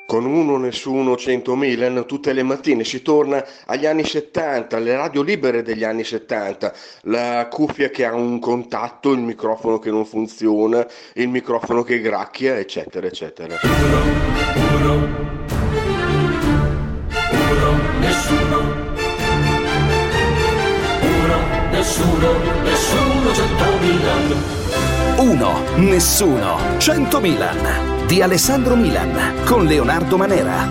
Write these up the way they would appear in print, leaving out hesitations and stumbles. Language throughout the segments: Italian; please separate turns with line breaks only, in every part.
Con uno, nessuno, 100 Milan, tutte le mattine si torna agli anni 70, le radio libere degli anni 70, la cuffia che ha un contatto, il microfono che non funziona, il microfono che gracchia, eccetera, eccetera.
Uno, nessuno, nessuno, 100 Milan.
Uno, nessuno, 100 Milan di Alessandro Milan con Leonardo Manera.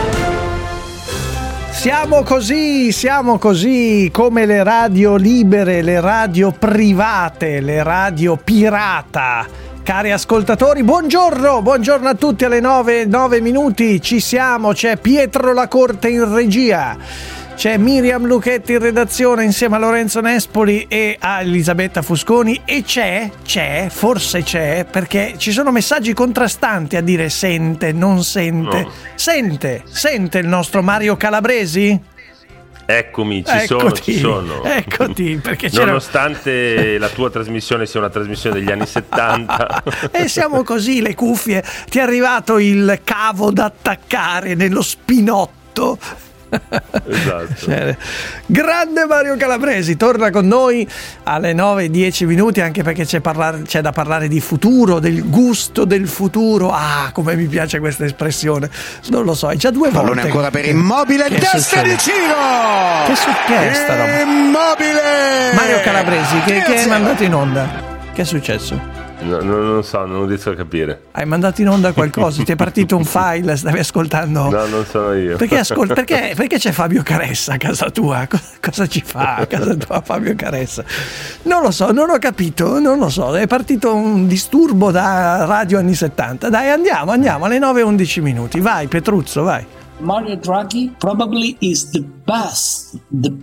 Siamo così come le radio libere, le radio private, le radio pirata. Cari ascoltatori, buongiorno a tutti. Alle 9 minuti ci siamo, c'è Pietro Lacorte in regia. C'è Miriam Lucchetti in redazione insieme a Lorenzo Nespoli e a Elisabetta Fusconi, e forse c'è, perché ci sono messaggi contrastanti a dire sente, non sente. No. Sente il nostro Mario Calabresi?
Eccomi, ci sono.
Eccoti, perché
nonostante la tua trasmissione sia una trasmissione degli anni 70.
E siamo così, le cuffie, ti è arrivato il cavo da attaccare nello spinotto.
Esatto.
Grande Mario Calabresi torna con noi alle 9:10 minuti, anche perché c'è da parlare di futuro, del gusto del futuro. Come mi piace questa espressione, non lo so, è già 2 volte.
Pallone ancora per Immobile, testa di Ciro.
Che è sta roba?
Immobile.
Mario Calabresi, che hai mandato in onda? Che è successo?
No, non so, non riesco a capire.
Hai mandato in onda qualcosa? Ti è partito un file? Stavi ascoltando?
No, non sono io.
Perché c'è Fabio Caressa a casa tua? Cosa ci fa a casa tua Fabio Caressa? Non lo so, non ho capito, non lo so. È partito un disturbo da radio anni 70. Dai, andiamo alle 9:11 minuti. Vai Petruzzo, vai.
Mario Draghi probably is the best.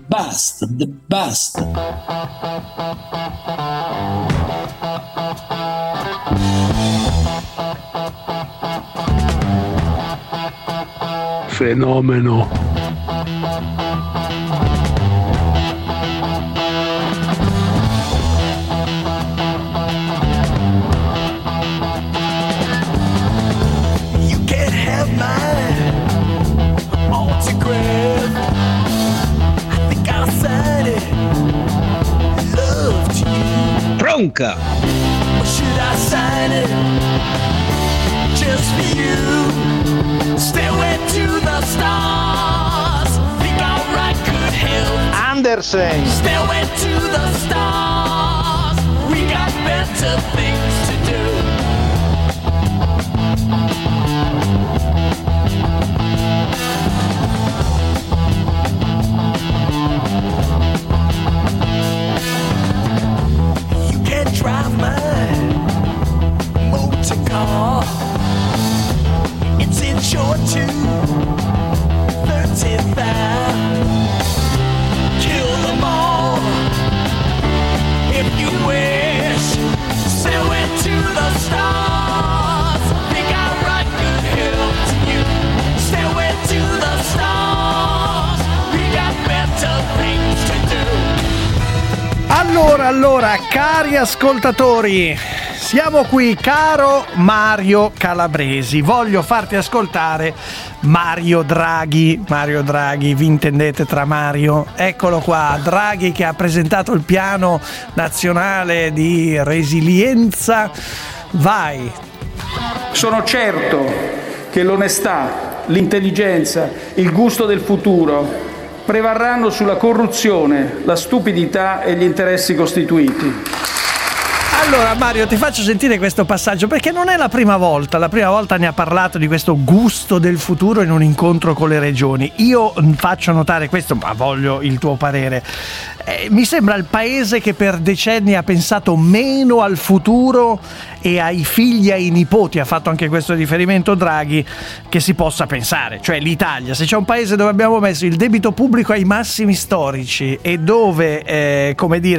Fenomeno.
You can't have my autograph. I think I'll sign it. Love to you.
Bronca.
Or should I sign it just for you? Stairway to the stars. Think I'll write good help.
Andersen.
Stairway to the stars. We got better things to do. You can't drive my motor car. It's insured to 35. Kill them all if you wish. Stairway to the stars. Think I'll write good help to you. Stairway to the stars. We got better things to do.
Allora, cari ascoltatori, siamo qui, caro Mario Calabresi. Voglio farti ascoltare Mario Draghi. Vi intendete tra Mario? Eccolo qua, Draghi, che ha presentato il piano nazionale di resilienza. Vai.
Sono certo che l'onestà, l'intelligenza, il gusto del futuro prevarranno sulla corruzione, la stupidità e gli interessi costituiti.
Allora Mario, ti faccio sentire questo passaggio perché non è la prima volta ne ha parlato di questo gusto del futuro in un incontro con le regioni. Io faccio notare questo, ma voglio il tuo parere. Mi sembra il paese che per decenni ha pensato meno al futuro e ai figli e ai nipoti, ha fatto anche questo riferimento Draghi, che si possa pensare. Cioè l'Italia, se c'è un paese dove abbiamo messo il debito pubblico ai massimi storici e dove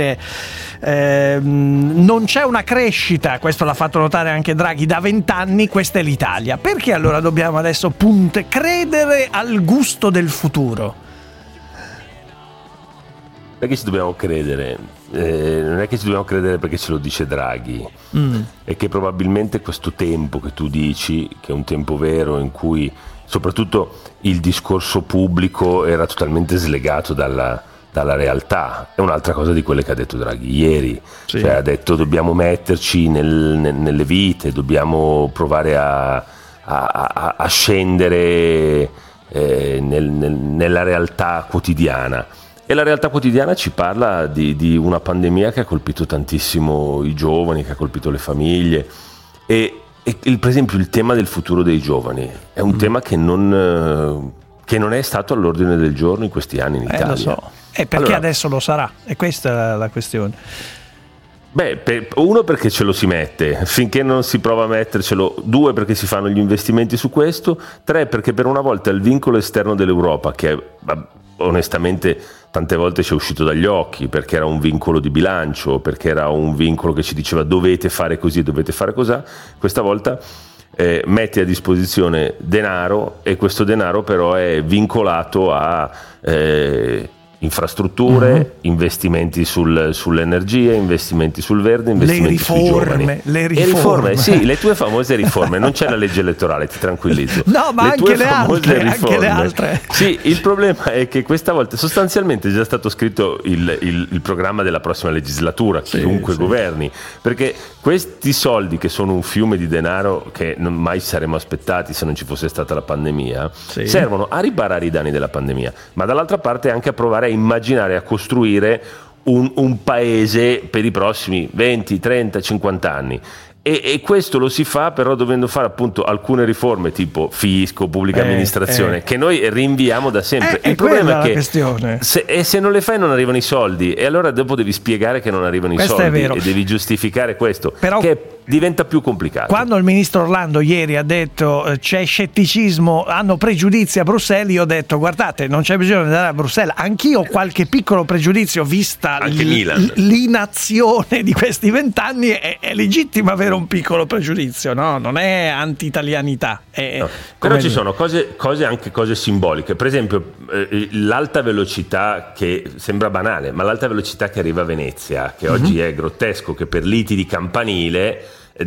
non c'è una crescita, questo l'ha fatto notare anche Draghi, da 20 anni, questa è l'Italia. Perché allora dobbiamo adesso credere al gusto del futuro?
Non è che ci dobbiamo credere, non è che ci dobbiamo credere perché ce lo dice Draghi, è che probabilmente questo tempo che tu dici, che è un tempo vero in cui soprattutto il discorso pubblico era totalmente slegato dalla realtà. È un'altra cosa di quelle che ha detto Draghi ieri, cioè ha detto dobbiamo metterci nelle vite, dobbiamo provare a scendere nella realtà quotidiana. E la realtà quotidiana ci parla di una pandemia che ha colpito tantissimo i giovani, che ha colpito le famiglie e per esempio il tema del futuro dei giovani è un tema che non è stato all'ordine del giorno in questi anni in Italia.
Lo so, perché allora, adesso lo sarà, e questa è la questione.
Uno, perché ce lo si mette, finché non si prova a mettercelo. 2, perché si fanno gli investimenti su questo. 3, perché per una volta il vincolo esterno dell'Europa, che onestamente tante volte ci è uscito dagli occhi, perché era un vincolo di bilancio, perché era un vincolo che ci diceva dovete fare così, dovete fare cos'ha, questa volta mette a disposizione denaro, e questo denaro però è vincolato a infrastrutture, investimenti sull'energia, investimenti sul verde, investimenti sui giovani.
Le riforme,
sì, le tue famose riforme. Non c'è la legge elettorale, ti tranquillizzo.
No, ma anche le altre.
Sì, il problema è che questa volta sostanzialmente è già stato scritto il programma della prossima legislatura, chiunque governi, perché questi soldi, che sono un fiume di denaro che non mai ci saremmo aspettati se non ci fosse stata la pandemia, servono a riparare i danni della pandemia, ma dall'altra parte anche a provare a immaginare, a costruire un paese per i prossimi 20, 30, 50 anni. E questo lo si fa però dovendo fare appunto alcune riforme tipo fisco, pubblica amministrazione, che noi rinviamo da sempre. Il problema è che se non le fai non arrivano i soldi, e allora dopo devi spiegare che non arrivano i soldi e devi giustificare questo, però, che diventa più complicato.
Quando il ministro Orlando ieri ha detto c'è scetticismo, hanno pregiudizi a Bruxelles, io ho detto guardate, non c'è bisogno di andare a Bruxelles, anch'io ho qualche piccolo pregiudizio vista l'inazione di questi 20 anni, è legittimo avere un piccolo pregiudizio, no? Non è anti-italianità.
No. Però ci sono cose simboliche. Per esempio, l'alta velocità, che sembra banale, ma l'alta velocità che arriva a Venezia, che oggi è grottesco, che per liti di campanile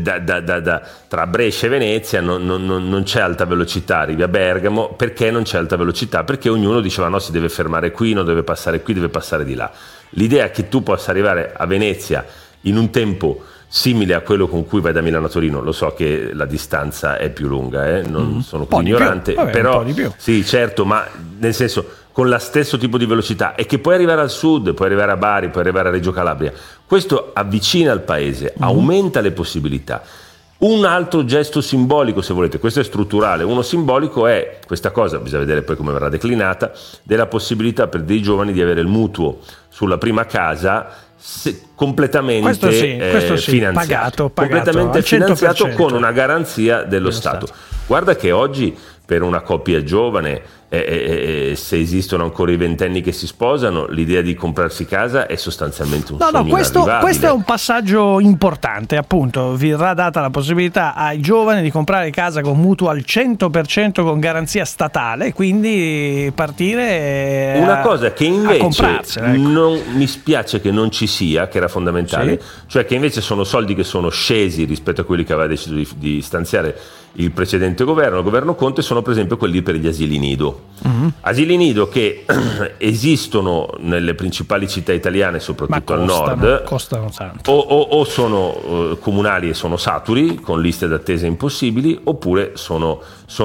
tra Brescia e Venezia non c'è alta velocità, arrivi a Bergamo. Perché non c'è alta velocità? Perché ognuno diceva no, si deve fermare qui, non deve passare qui, deve passare di là. L'idea che tu possa arrivare a Venezia in un tempo simile a quello con cui vai da Milano a Torino, lo so che la distanza è più lunga, non sono più ignorante, però un po' di più. Sì, certo, ma nel senso con lo stesso tipo di velocità, e che puoi arrivare al sud, puoi arrivare a Bari, puoi arrivare a Reggio Calabria. Questo avvicina il paese, aumenta le possibilità. Un altro gesto simbolico, se volete, questo è strutturale, uno simbolico è questa cosa, bisogna vedere poi come verrà declinata, della possibilità per dei giovani di avere il mutuo sulla prima casa completamente finanziato, completamente finanziato con una garanzia dello Stato. Guarda che oggi per una coppia giovane, se esistono ancora i ventenni che si sposano, l'idea di comprarsi casa è sostanzialmente un sogno inarrivabile.
Questo è un passaggio importante, appunto, verrà data la possibilità ai giovani di comprare casa con mutuo al 100% con garanzia statale, quindi partire
una cosa che invece non mi spiace che non ci sia, che era fondamentale, cioè che invece sono soldi che sono scesi rispetto a quelli che aveva deciso di stanziare il precedente governo, il governo Conte, sono per esempio quelli per gli asili nido. Asili nido che esistono nelle principali città italiane, soprattutto al nord,
costano tanto.
O sono comunali e sono saturi, con liste d'attesa impossibili, oppure sono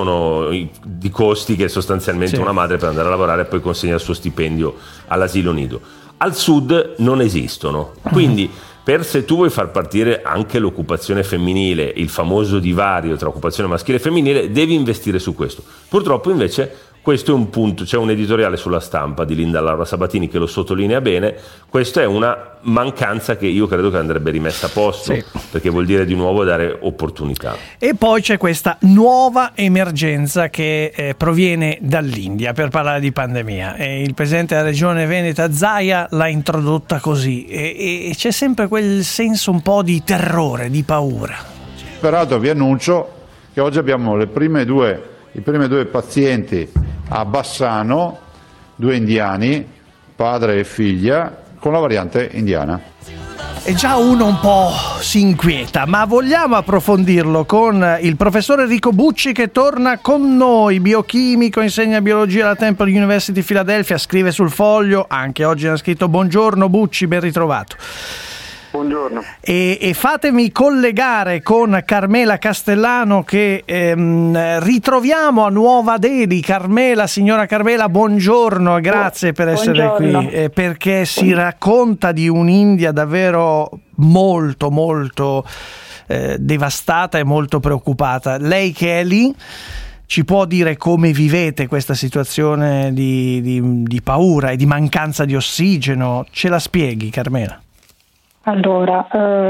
di costi che sostanzialmente una madre per andare a lavorare poi consegna il suo stipendio all'asilo nido. Al sud non esistono, quindi se tu vuoi far partire anche l'occupazione femminile, il famoso divario tra occupazione maschile e femminile, devi investire su questo. Purtroppo invece questo è un punto, c'è un editoriale sulla Stampa di Linda Laura Sabatini che lo sottolinea bene. Questa è una mancanza che io credo che andrebbe rimessa a posto, perché vuol dire di nuovo dare opportunità.
E poi c'è questa nuova emergenza che proviene dall'India, per parlare di pandemia, e il presidente della regione veneta Zaia l'ha introdotta così, e c'è sempre quel senso un po' di terrore, di paura.
Peraltro vi annuncio che oggi abbiamo i primi due pazienti a Bassano, 2 indiani, padre e figlia, con la variante indiana.
E già uno un po' si inquieta, ma vogliamo approfondirlo con il professor Enrico Bucci, che torna con noi, biochimico, insegna biologia alla Temple University Philadelphia, scrive sul Foglio, anche oggi ha scritto buongiorno Bucci, ben ritrovato.
Buongiorno.
E fatemi collegare con Carmela Castellano, che ritroviamo a Nuova Delhi. Carmela, signora Carmela, buongiorno, grazie per essere qui, perché si racconta di un'India davvero molto molto devastata e molto preoccupata. Lei che è lì ci può dire come vivete questa situazione di paura e di mancanza di ossigeno? Ce la spieghi, Carmela?
Allora,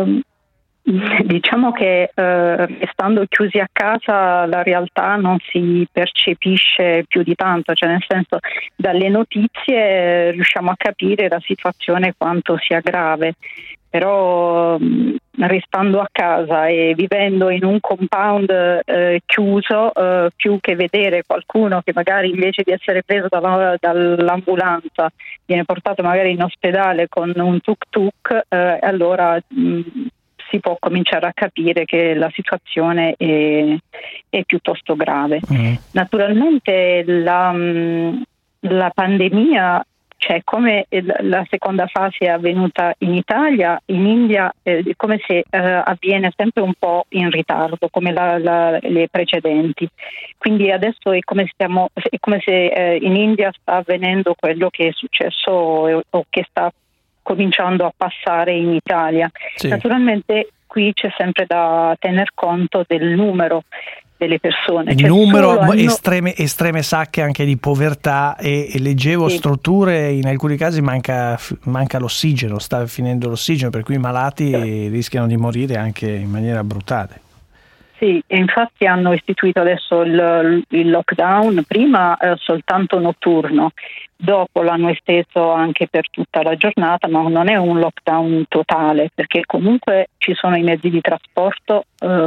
diciamo che restando chiusi a casa la realtà non si percepisce più di tanto, cioè nel senso, dalle notizie riusciamo a capire la situazione quanto sia grave, però restando a casa e vivendo in un compound chiuso, più che vedere qualcuno che magari invece di essere preso dall'ambulanza viene portato magari in ospedale con un tuk-tuk, allora si può cominciare a capire che la situazione è piuttosto grave. Naturalmente la pandemia, cioè come la seconda fase è avvenuta in Italia, in India come se avviene sempre un po' in ritardo, come le precedenti. Quindi adesso è come se in India sta avvenendo quello che è successo o che sta cominciando a passare in Italia. Sì. Naturalmente qui c'è sempre da tener conto del numero delle persone.
Il numero, estreme sacche anche di povertà e leggevo strutture, in alcuni casi manca l'ossigeno, sta finendo l'ossigeno, per cui i malati rischiano di morire anche in maniera brutale.
Sì, e infatti hanno istituito adesso il lockdown, prima soltanto notturno, dopo l'hanno esteso anche per tutta la giornata, ma non è un lockdown totale, perché comunque ci sono i mezzi di trasporto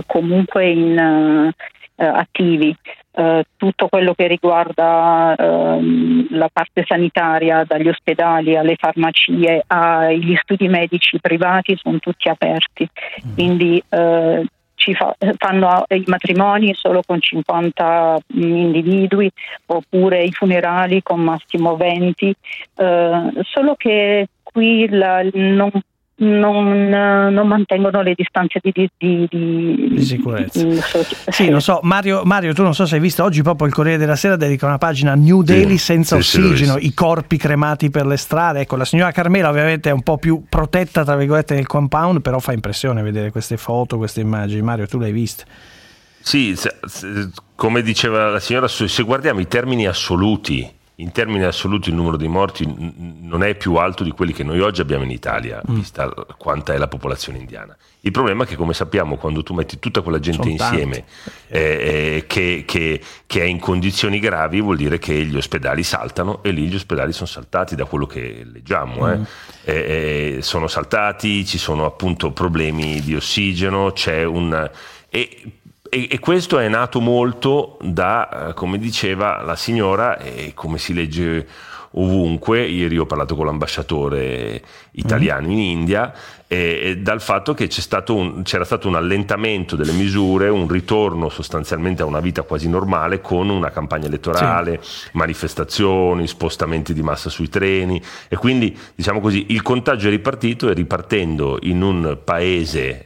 comunque attivi. Tutto quello che riguarda la parte sanitaria, dagli ospedali alle farmacie agli studi medici privati, sono tutti aperti, quindi fanno i matrimoni solo con 50 individui, oppure i funerali con massimo 20, solo che qui non mantengono le distanze di
sicurezza. Sì, non so, Mario, tu non so se hai visto oggi proprio il Corriere della Sera dedica una pagina New Delhi senza ossigeno, i corpi cremati per le strade. Ecco, la signora Carmela ovviamente è un po' più protetta tra virgolette nel compound, però fa impressione vedere queste foto, queste immagini. Mario, tu l'hai vista?
Sì, come diceva la signora, se guardiamo i termini assoluti, in termini assoluti il numero dei morti non è più alto di quelli che noi oggi abbiamo in Italia, vista quanta è la popolazione indiana. Il problema è che, come sappiamo, quando tu metti tutta quella gente insieme che è in condizioni gravi, vuol dire che gli ospedali saltano, e lì gli ospedali sono saltati, da quello che leggiamo. Sono saltati, ci sono appunto problemi di ossigeno, c'è e questo è nato molto da, come diceva la signora, e come si legge ovunque, ieri ho parlato con l'ambasciatore italiano in India, e dal fatto che c'era stato un allentamento delle misure, un ritorno sostanzialmente a una vita quasi normale, con una campagna elettorale, manifestazioni, spostamenti di massa sui treni, e quindi, diciamo così, il contagio è ripartito, e ripartendo in un paese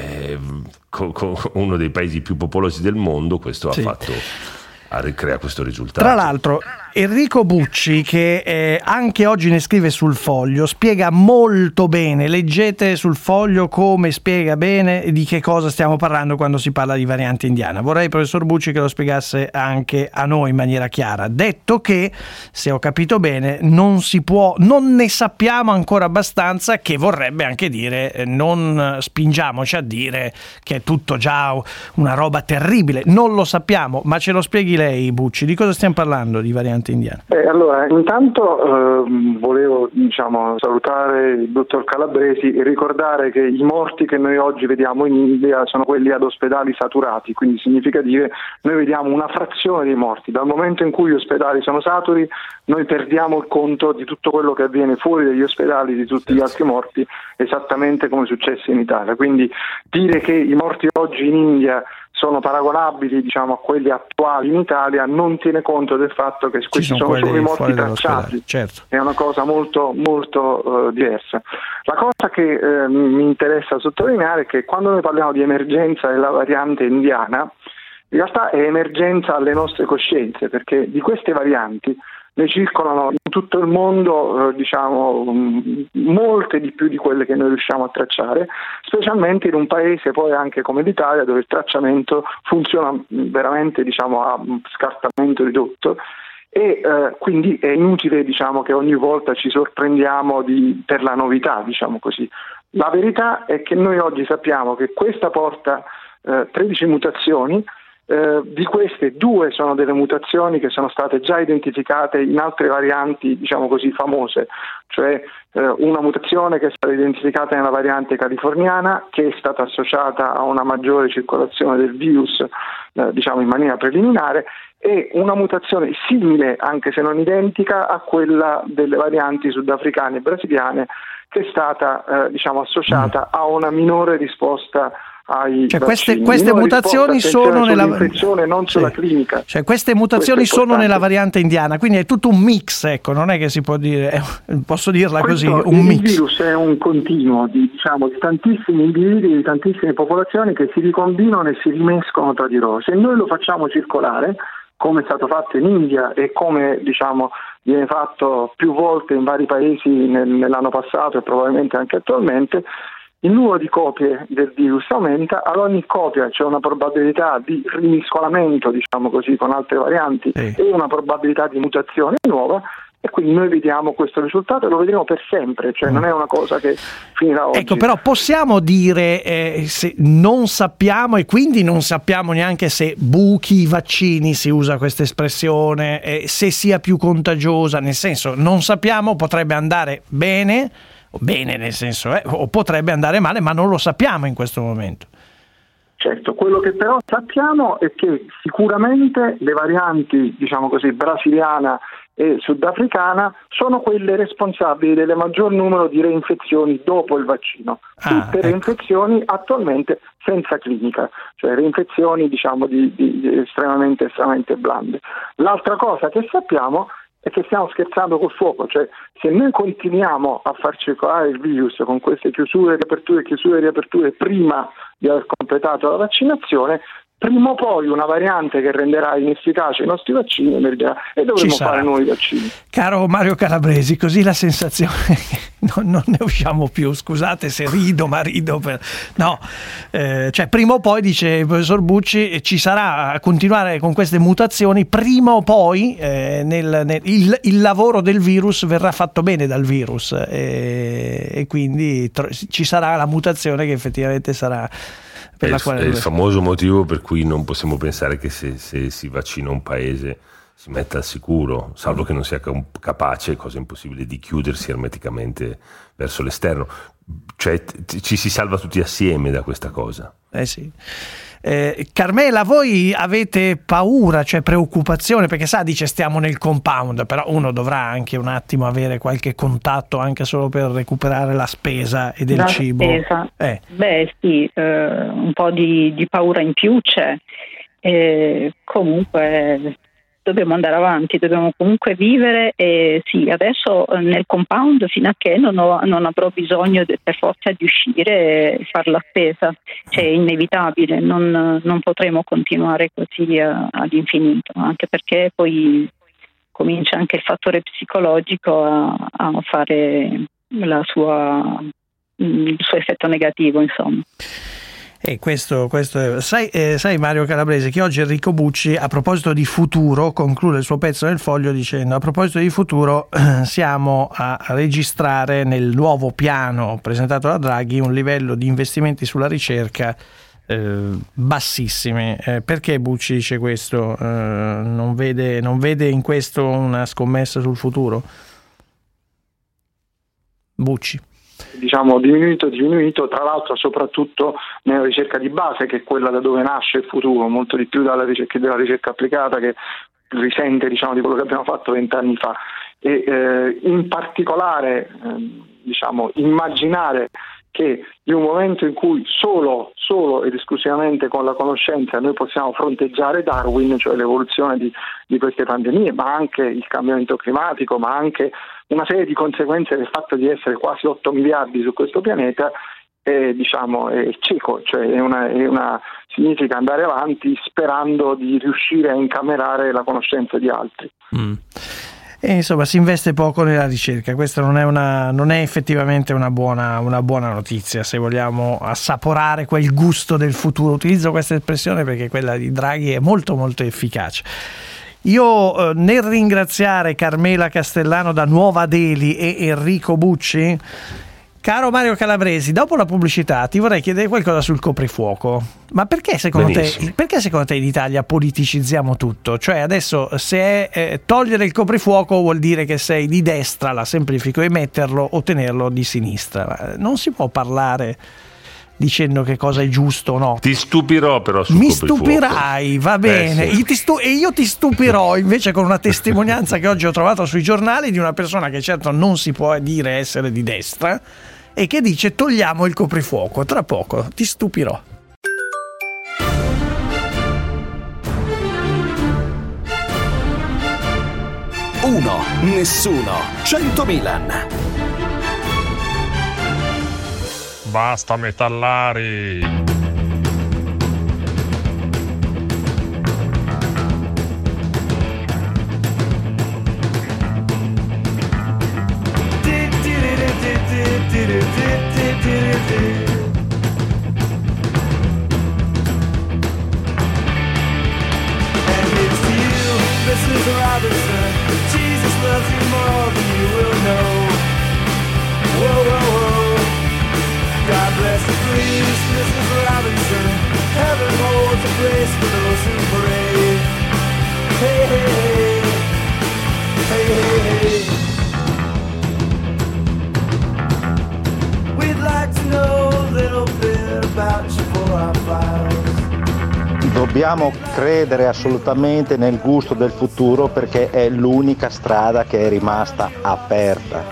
uno dei paesi più popolosi del mondo, questo ha ricrea questo risultato.
Tra l'altro Enrico Bucci, che anche oggi ne scrive sul Foglio, spiega molto bene, leggete sul Foglio come spiega bene di che cosa stiamo parlando quando si parla di variante indiana. Vorrei, professor Bucci, che lo spiegasse anche a noi in maniera chiara, detto che, se ho capito bene, non ne sappiamo ancora abbastanza, che vorrebbe anche dire non spingiamoci a dire che è tutto già una roba terribile. Non lo sappiamo, ma ce lo spieghi lei, Bucci, di cosa stiamo parlando di variante variante indiana?
Allora, intanto volevo salutare il dottor Calabresi e ricordare che i morti che noi oggi vediamo in India sono quelli ad ospedali saturati, quindi significa dire noi vediamo una frazione dei morti. Dal momento in cui gli ospedali sono saturi noi perdiamo il conto di tutto quello che avviene fuori dagli ospedali, di tutti gli altri morti, esattamente come è successo in Italia. Quindi dire che i morti oggi in India sono paragonabili a quelli attuali in Italia non tiene conto del fatto che questi sono solo i morti tracciati,
certo.
È una cosa molto molto diversa. La cosa che mi interessa sottolineare è che quando noi parliamo di emergenza della variante indiana, in realtà è emergenza alle nostre coscienze, perché di queste varianti ne circolano in tutto il mondo molte di più di quelle che noi riusciamo a tracciare, specialmente in un paese poi anche come l'Italia, dove il tracciamento funziona veramente a scartamento ridotto, e quindi è inutile che ogni volta ci sorprendiamo per la novità, così. La verità è che noi oggi sappiamo che questa porta 13 mutazioni. Di queste 2 sono delle mutazioni che sono state già identificate in altre varianti famose, cioè una mutazione che è stata identificata nella variante californiana, che è stata associata a una maggiore circolazione del virus in maniera preliminare, e una mutazione simile, anche se non identica, a quella delle varianti sudafricane e brasiliane, che è stata associata a una minore risposta ai
queste mutazioni sono nella
non sulla clinica.
Cioè queste mutazioni sono nella variante indiana, quindi è tutto un mix, ecco, non è che si può dire, posso dirla così, un mix.
Il virus è un continuo di tantissimi individui, di tantissime popolazioni che si ricombinano e si rimescolano tra di loro. Se noi lo facciamo circolare, come è stato fatto in India e come viene fatto più volte in vari paesi nell'anno passato e probabilmente anche attualmente, il numero di copie del virus aumenta, ad ogni copia c'è una probabilità di rimiscolamento, con altre varianti, e una probabilità di mutazione nuova, e quindi noi vediamo questo risultato e lo vedremo per sempre, cioè non è una cosa che finirà oggi.
Ecco, però possiamo dire, se non sappiamo, e quindi non sappiamo neanche se buchi i vaccini, si usa questa espressione, se sia più contagiosa, nel senso non sappiamo, potrebbe andare bene nel senso, o potrebbe andare male, ma non lo sappiamo in questo momento.
Certo, quello che però sappiamo è che sicuramente le varianti, brasiliana e sudafricana sono quelle responsabili del maggior numero di reinfezioni dopo il vaccino. Tutte reinfezioni attualmente senza clinica, cioè reinfezioni di estremamente blande. L'altra cosa che sappiamo è che stiamo scherzando col fuoco, cioè se noi continuiamo a far circolare il virus con queste chiusure, riaperture prima di aver completato la vaccinazione, prima o poi una variante che renderà inefficace i nostri vaccini emergerà e dovremo fare nuovi vaccini.
Caro Mario Calabresi, così la sensazione che non ne usciamo più, scusate se rido, ma rido cioè prima o poi, dice il professor Bucci, ci sarà a continuare con queste mutazioni, prima o poi il lavoro del virus verrà fatto bene dal virus e quindi ci sarà la mutazione che effettivamente sarà
è il famoso motivo per cui non possiamo pensare che se si vaccina un paese si metta al sicuro, salvo che non sia capace, cosa impossibile, di chiudersi ermeticamente verso l'esterno. Cioè ci si salva tutti assieme da questa cosa.
Sì. Carmela, voi avete paura, cioè preoccupazione, perché dice stiamo nel compound, però uno dovrà anche un attimo avere qualche contatto anche solo per recuperare la spesa e del cibo.
Spesa. Sì, un po' di paura in più c'è, comunque dobbiamo andare avanti, dobbiamo comunque vivere, e sì, adesso nel compound fino a che non avrò bisogno per forza di uscire e fare la spesa, cioè è inevitabile, non potremo continuare così all'infinito, anche perché poi comincia anche il fattore psicologico a fare il suo effetto negativo, insomma.
E questo sai Mario Calabrese, che oggi Enrico Bucci, a proposito di futuro, conclude il suo pezzo nel Foglio dicendo: a proposito di futuro siamo a registrare nel nuovo piano presentato da Draghi un livello di investimenti sulla ricerca bassissime. Perché Bucci dice questo? Non vede in questo una scommessa sul futuro? Bucci.
Diciamo diminuito, tra l'altro soprattutto nella ricerca di base, che è quella da dove nasce il futuro, molto di più della ricerca applicata, che risente, diciamo, di quello che abbiamo fatto 20 anni fa. E in particolare diciamo immaginare che in un momento in cui solo ed esclusivamente con la conoscenza noi possiamo fronteggiare Darwin, cioè l'evoluzione di queste pandemie, ma anche il cambiamento climatico, ma anche una serie di conseguenze del fatto di essere quasi 8 miliardi su questo pianeta, è cieco, cioè significa andare avanti sperando di riuscire a incamerare la conoscenza di altri.
E insomma si investe poco nella ricerca. Questa non è effettivamente una buona notizia se vogliamo assaporare quel gusto del futuro. Utilizzo questa espressione perché quella di Draghi è molto molto efficace. Io nel ringraziare Carmela Castellano da Nuova Delhi e Enrico Bucci, caro Mario Calabresi, dopo la pubblicità ti vorrei chiedere qualcosa sul coprifuoco. Ma perché secondo te in Italia politicizziamo tutto? Cioè adesso se togliere il coprifuoco vuol dire che sei di destra, la semplifico, e metterlo o tenerlo di sinistra. Non si può parlare dicendo che cosa è giusto o no.
Ti stupirò però sul coprifuoco. Stupirai,
va bene.
Sì.
E io ti stupirò invece con una testimonianza che oggi ho trovato sui giornali di una persona che certo non si può dire essere di destra e che dice togliamo il coprifuoco. Tra poco ti stupirò.
Uno, nessuno, 100 Milan.
Basta metallari.
Mrs. Robinson, Jesus loves you more than you will know. Whoa, whoa, whoa. God bless you, please, Mrs. Robinson. Heaven holds a place for those who pray. Hey, hey, hey, hey, hey. We'd like to know a little bit about you for our files.
Dobbiamo credere assolutamente nel gusto del futuro perché è l'unica strada che è rimasta aperta.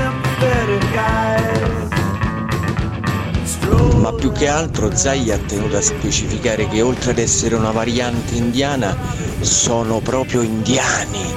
Ma più che altro Zai ha tenuto a specificare che oltre ad essere una variante indiana sono proprio indiani.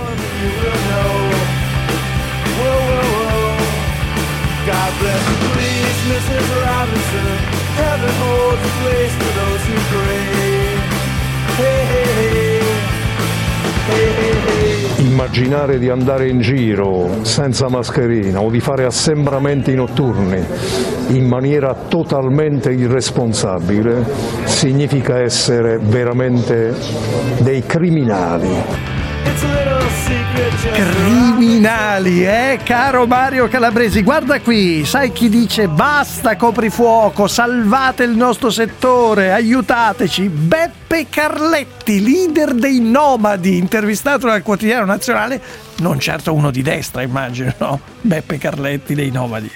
God bless you, please, Mrs. Robinson. Heaven holds a place for those who pray. Hey, hey, hey, hey, hey.
Immaginare di andare in giro senza mascherina o di fare assembramenti notturni in maniera totalmente irresponsabile significa essere veramente dei criminali.
Criminali, caro Mario Calabresi, guarda qui, sai chi dice basta coprifuoco, salvate il nostro settore, aiutateci? Beppe Carletti, leader dei Nomadi, intervistato dal Quotidiano Nazionale, non certo uno di destra immagino, no? Beppe Carletti dei Nomadi.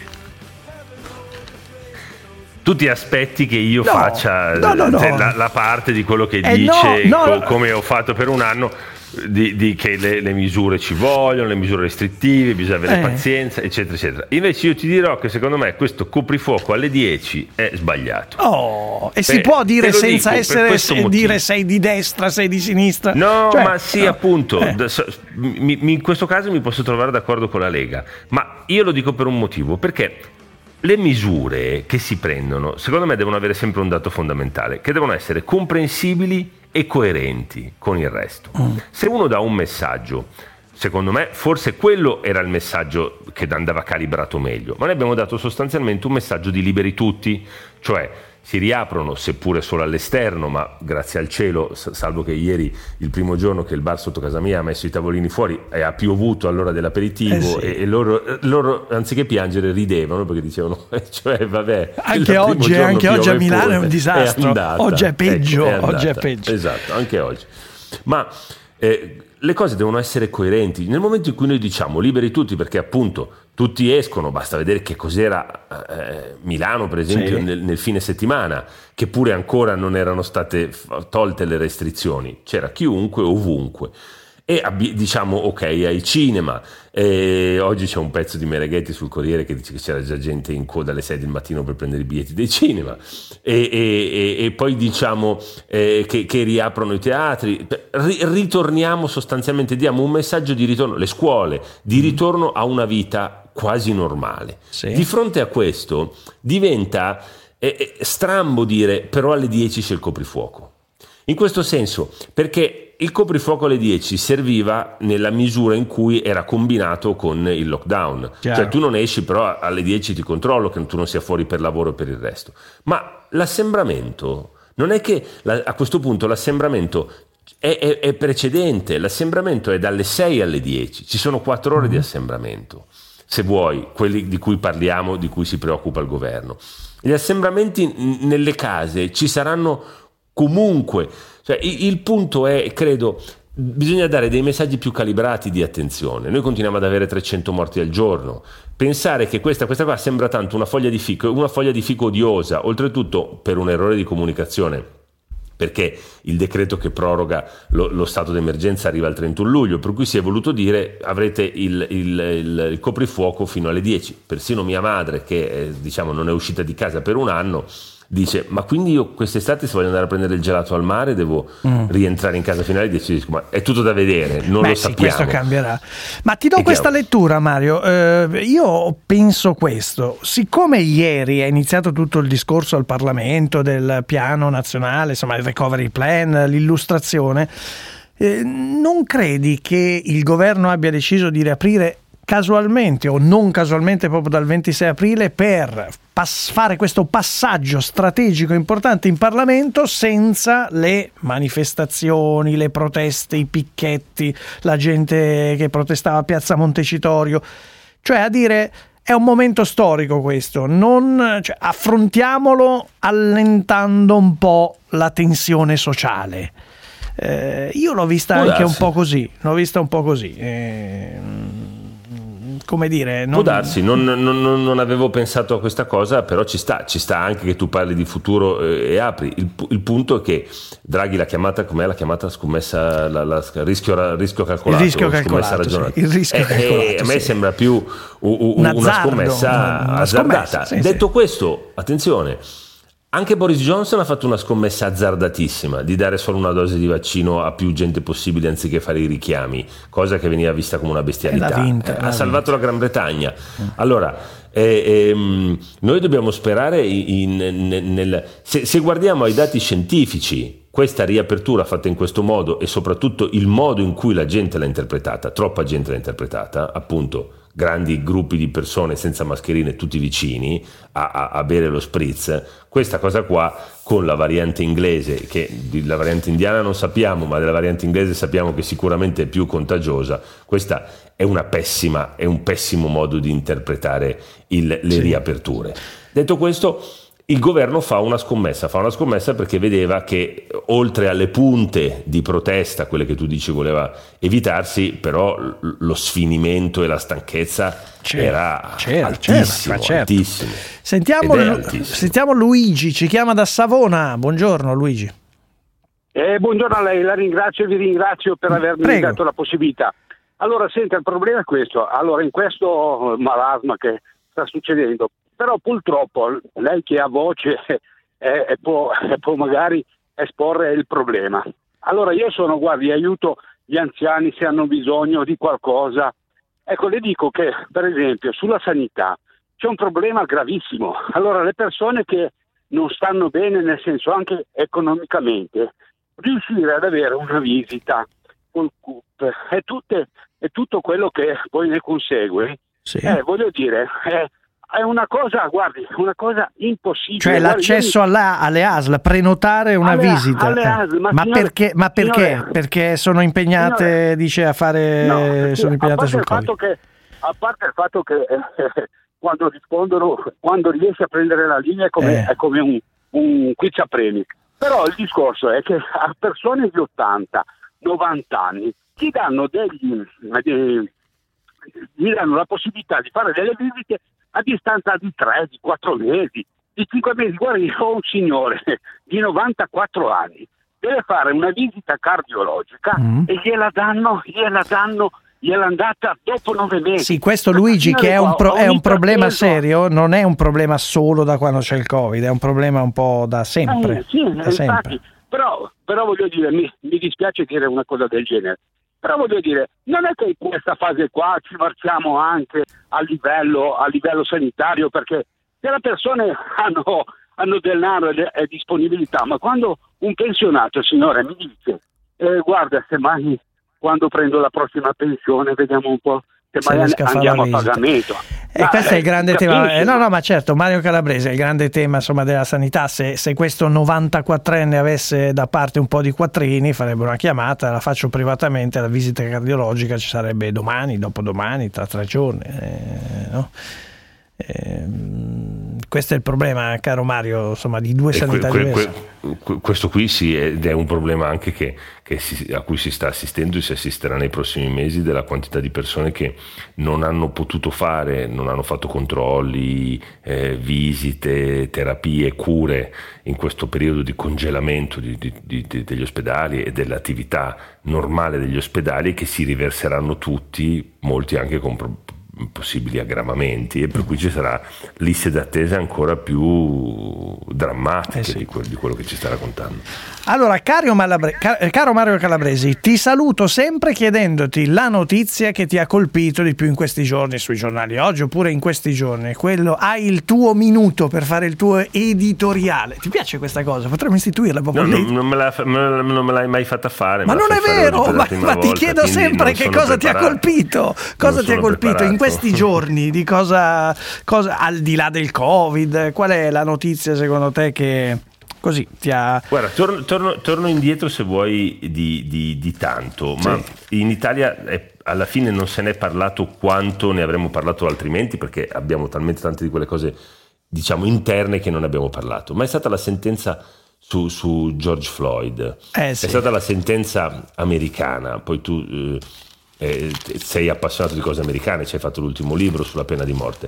Tu ti aspetti che io faccia la parte di quello che dice, come ho fatto per un anno, di che le misure ci vogliono, le misure restrittive, bisogna avere pazienza, eccetera, eccetera. Invece io ti dirò che secondo me questo coprifuoco alle 10 è sbagliato.
Si può dire senza essere dire sei di destra, sei di sinistra?
No, ma sì, appunto. In questo caso mi posso trovare d'accordo con la Lega, ma io lo dico per un motivo, perché le misure che si prendono, secondo me, devono avere sempre un dato fondamentale, che devono essere comprensibili e coerenti con il resto. Se uno dà un messaggio, secondo me, forse quello era il messaggio che andava calibrato meglio, ma noi abbiamo dato sostanzialmente un messaggio di liberi tutti, cioè si riaprono, seppure solo all'esterno, ma grazie al cielo, salvo che ieri, il primo giorno che il bar sotto casa mia ha messo i tavolini fuori e ha piovuto all'ora dell'aperitivo,
sì.
e loro anziché piangere ridevano perché dicevano cioè vabbè,
anche oggi a Milano è un disastro, oggi è peggio, oggi è peggio.
Esatto, anche oggi. Ma le cose devono essere coerenti. Nel momento in cui noi diciamo liberi tutti, perché appunto tutti escono, basta vedere che cos'era Milano per esempio nel fine settimana, che pure ancora non erano state tolte le restrizioni, c'era chiunque ovunque. E diciamo ok ai cinema, oggi c'è un pezzo di Mereghetti sul Corriere che dice che c'era già gente in coda alle 6 del mattino per prendere i biglietti dei cinema, e poi diciamo che riaprono i teatri, ritorniamo sostanzialmente, diamo un messaggio di ritorno, le scuole, di ritorno a una vita quasi normale. Di fronte a questo diventa strambo dire però alle 10 c'è il coprifuoco. In questo senso, perché il coprifuoco alle 10 serviva nella misura in cui era combinato con il lockdown.
Chiaro.
Cioè tu non esci, però alle 10 ti controllo che tu non sia fuori per lavoro e per il resto. Ma l'assembramento, non è che a questo punto l'assembramento è precedente, l'assembramento è dalle 6 alle 10, ci sono 4 ore di assembramento, se vuoi, quelli di cui parliamo, di cui si preoccupa il governo. Gli assembramenti nelle case ci saranno comunque, cioè, il punto è, credo, bisogna dare dei messaggi più calibrati di attenzione. Noi continuiamo ad avere 300 morti al giorno. Pensare che questa qua sembra tanto una foglia di fico odiosa, oltretutto per un errore di comunicazione, perché il decreto che proroga lo stato d'emergenza arriva al 31 luglio, per cui si è voluto dire avrete il coprifuoco fino alle 10. Persino mia madre, che diciamo non è uscita di casa per un anno, dice ma quindi io quest'estate se voglio andare a prendere il gelato al mare devo rientrare in casa fino alle 10? Ma è tutto da vedere, non lo sappiamo.
Questo cambierà. Ma ti do questa lettura, Mario, io penso questo: siccome ieri è iniziato tutto il discorso al Parlamento del piano nazionale, insomma il recovery plan, l'illustrazione, non credi che il governo abbia deciso di riaprire casualmente o non casualmente proprio dal 26 aprile per fare questo passaggio strategico importante in Parlamento senza le manifestazioni, le proteste, i picchetti, la gente che protestava a Piazza Montecitorio, cioè a dire è un momento storico questo, affrontiamolo allentando un po' la tensione sociale. Io l'ho vista anche un po' così, come dire,
può darsi, non avevo pensato a questa cosa, però ci sta anche che tu parli di futuro e apri. Il punto è che Draghi l'ha chiamata, com'è la chiamata, scommessa, rischio calcolato, scommessa ragionata.
Il rischio calcolato,
a me sembra più una scommessa azzardata. Detto questo, attenzione, anche Boris Johnson ha fatto una scommessa azzardatissima di dare solo una dose di vaccino a più gente possibile anziché fare i richiami, cosa che veniva vista come una bestialità. Ha salvato la Gran Bretagna. Allora, noi dobbiamo sperare se guardiamo ai dati scientifici, questa riapertura fatta in questo modo e soprattutto il modo in cui la gente l'ha interpretata, troppa gente l'ha interpretata, appunto grandi gruppi di persone senza mascherine tutti vicini a bere lo spritz, questa cosa qua con la variante inglese, che la variante indiana non sappiamo, ma della variante inglese sappiamo che sicuramente è più contagiosa, questa è un pessimo modo di interpretare le riaperture. Detto questo, il governo fa una scommessa perché vedeva che oltre alle punte di protesta, quelle che tu dici voleva evitarsi, però lo sfinimento e la stanchezza era altissimo.
Sentiamo Luigi, ci chiama da Savona. Buongiorno Luigi.
Buongiorno a lei, la ringrazio e vi ringrazio per avermi dato la possibilità. Allora, senta, il problema è questo. Allora, in questo marasma che sta succedendo, però purtroppo lei che ha voce può magari esporre il problema. Allora io aiuto gli anziani se hanno bisogno di qualcosa. Ecco, le dico che per esempio sulla sanità c'è un problema gravissimo. Allora le persone che non stanno bene, nel senso anche economicamente, riuscire ad avere una visita col CUP e tutto quello che poi ne consegue, voglio dire, è una cosa, guardi, una cosa impossibile.
Cioè l'accesso alle ASL, prenotare una visita.
Alle ASL,
ma perché? Perché sono impegnate, dice, a fare...
No,
sono impegnate sul Covid.
A parte il fatto che quando rispondono, quando riesci a prendere la linea è come un quiz-premi. Però il discorso è che a persone di 80, 90 anni ti danno gli danno la possibilità di fare delle visite a distanza di 3, di 4 mesi, di 5 mesi. Guarda, io ho un signore di 94 anni, deve fare una visita cardiologica e gliela andata dopo 9 mesi.
Sì, questo Luigi, che è un problema serio, non è un problema solo da quando c'è il Covid, è un problema un po' da sempre.
Sì, infatti, però voglio dire, mi dispiace dire una cosa del genere. Però voglio dire, non è che in questa fase qua ci marciamo anche a livello sanitario, perché se le persone hanno denaro e disponibilità, ma quando un pensionato, signore, mi dice guarda, semmai quando prendo la prossima pensione vediamo un po', semmai andiamo a pagamento.
E questo è il grande tema. No, ma certo, Mario Calabrese, è il grande tema, insomma, della sanità. Se questo 94enne avesse da parte un po' di quattrini, farebbe una chiamata, la faccio privatamente, la visita cardiologica ci sarebbe domani, dopodomani, tra 3 giorni, no? Questo è il problema, caro Mario, insomma, di due sanità diverse.
Questo qui sì, ed è un problema anche a cui si sta assistendo e si assisterà nei prossimi mesi, della quantità di persone che non hanno potuto non hanno fatto controlli, visite, terapie, cure in questo periodo di congelamento degli ospedali e dell'attività normale degli ospedali, che si riverseranno tutti, molti anche con possibili aggravamenti, e per cui ci sarà liste d'attesa ancora più drammatiche di quello che ci sta raccontando.
Allora, caro Mario Calabresi, ti saluto sempre chiedendoti la notizia che ti ha colpito di più in questi giorni sui giornali oggi, oppure in questi giorni. Hai il tuo minuto per fare il tuo editoriale. Ti piace questa cosa? Potremmo istituirla proprio.
No, non me l'hai mai fatta fare.
Ma non è vero, ma ti chiedo sempre che cosa ti ha colpito. Cosa ti ha colpito in questi giorni? Di cosa al di là del Covid? Qual è la notizia secondo te che così ti ha...
Guarda, torno indietro se vuoi di tanto, ma in Italia alla fine non se ne è parlato quanto ne avremmo parlato altrimenti, perché abbiamo talmente tante di quelle cose, diciamo, interne che non abbiamo parlato. Ma è stata la sentenza su George Floyd, è stata la sentenza americana. Poi tu sei appassionato di cose americane, ci hai fatto l'ultimo libro sulla pena di morte,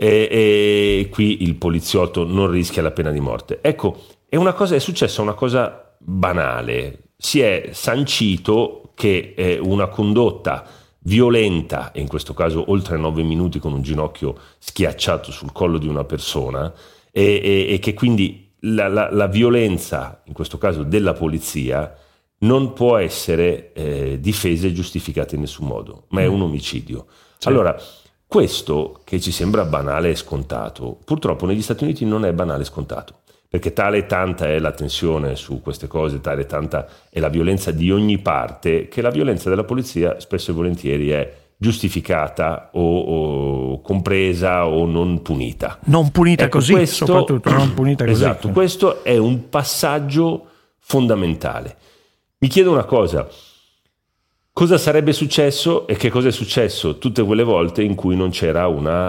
e qui il poliziotto non rischia la pena di morte. Ecco, è successa una cosa banale. Si è sancito che una condotta violenta, e in questo caso oltre 9 minuti con un ginocchio schiacciato sul collo di una persona, e che quindi la violenza, in questo caso della polizia, non può essere difesa e giustificata in nessun modo, ma è un omicidio. Allora, questo che ci sembra banale e scontato, purtroppo negli Stati Uniti non è banale e scontato, perché tale e tanta è la tensione su queste cose, tale e tanta è la violenza di ogni parte, che la violenza della polizia spesso e volentieri è giustificata o compresa o non punita.
Non punita così, soprattutto non punita così.
Esatto, questo è un passaggio fondamentale. Mi chiedo una cosa: cosa sarebbe successo e che cosa è successo tutte quelle volte in cui non c'era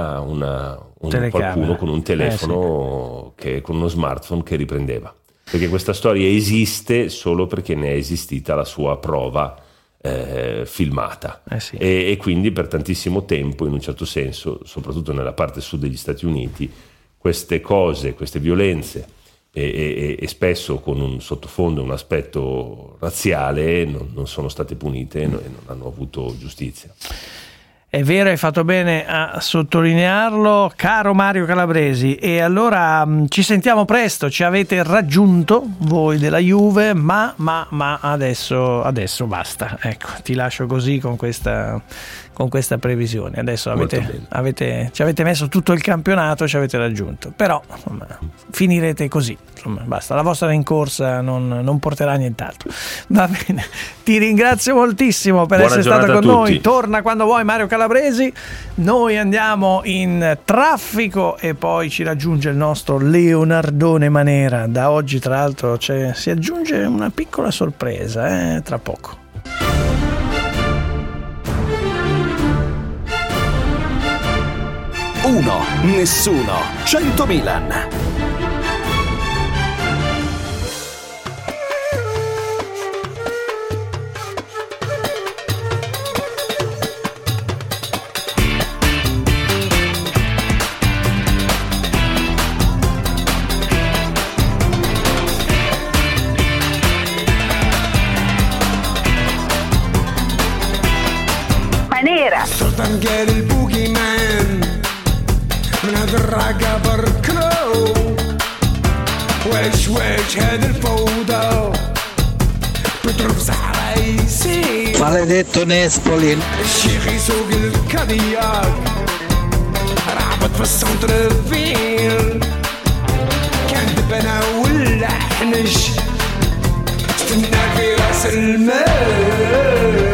qualcuno con un telefono, con uno smartphone che riprendeva? Perché questa storia esiste solo perché ne è esistita la sua prova filmata, e quindi per tantissimo tempo, in un certo senso, soprattutto nella parte sud degli Stati Uniti, queste cose, queste violenze, e spesso con un sottofondo, un aspetto razziale, non sono state punite e non hanno avuto giustizia.
È vero, hai fatto bene a sottolinearlo, caro Mario Calabresi. E allora ci sentiamo presto. Ci avete raggiunto voi della Juve, ma adesso basta. Ecco, ti lascio così con questa previsione. Adesso ci avete messo tutto il campionato, ci avete raggiunto, però insomma, finirete così. Insomma, basta, la vostra rincorsa non porterà a nient'altro. Va bene, ti ringrazio moltissimo per essere stato con noi. Torna quando vuoi, Mario Calabresi. calabresi. Noi andiamo in traffico e poi ci raggiunge il nostro Leonardone Manera. Da oggi tra l'altro si aggiunge una piccola sorpresa, tra poco.
1, nessuno, 100 Milan.
Manera.
الرقة بركلو وش هذا الفوضى بتضرب صحرايسي
Maledetto Nespoli.
الشيخ يسوق الكادياك رعبت في السنتر فيل كان دبنا ولا حنش استنى في راس المال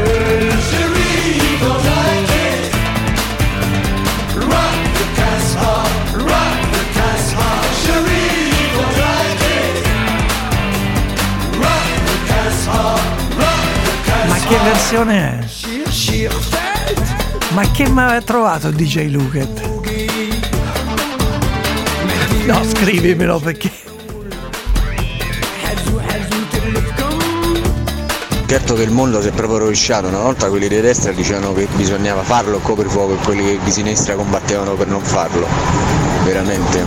Ma che versione è? Ma che mi aveva trovato DJ Luket? No, scrivimelo perché.
Certo che il mondo si è proprio rovesciato. Una volta quelli di destra dicevano che bisognava farlo coprifuoco e quelli di sinistra combattevano per non farlo. Veramente.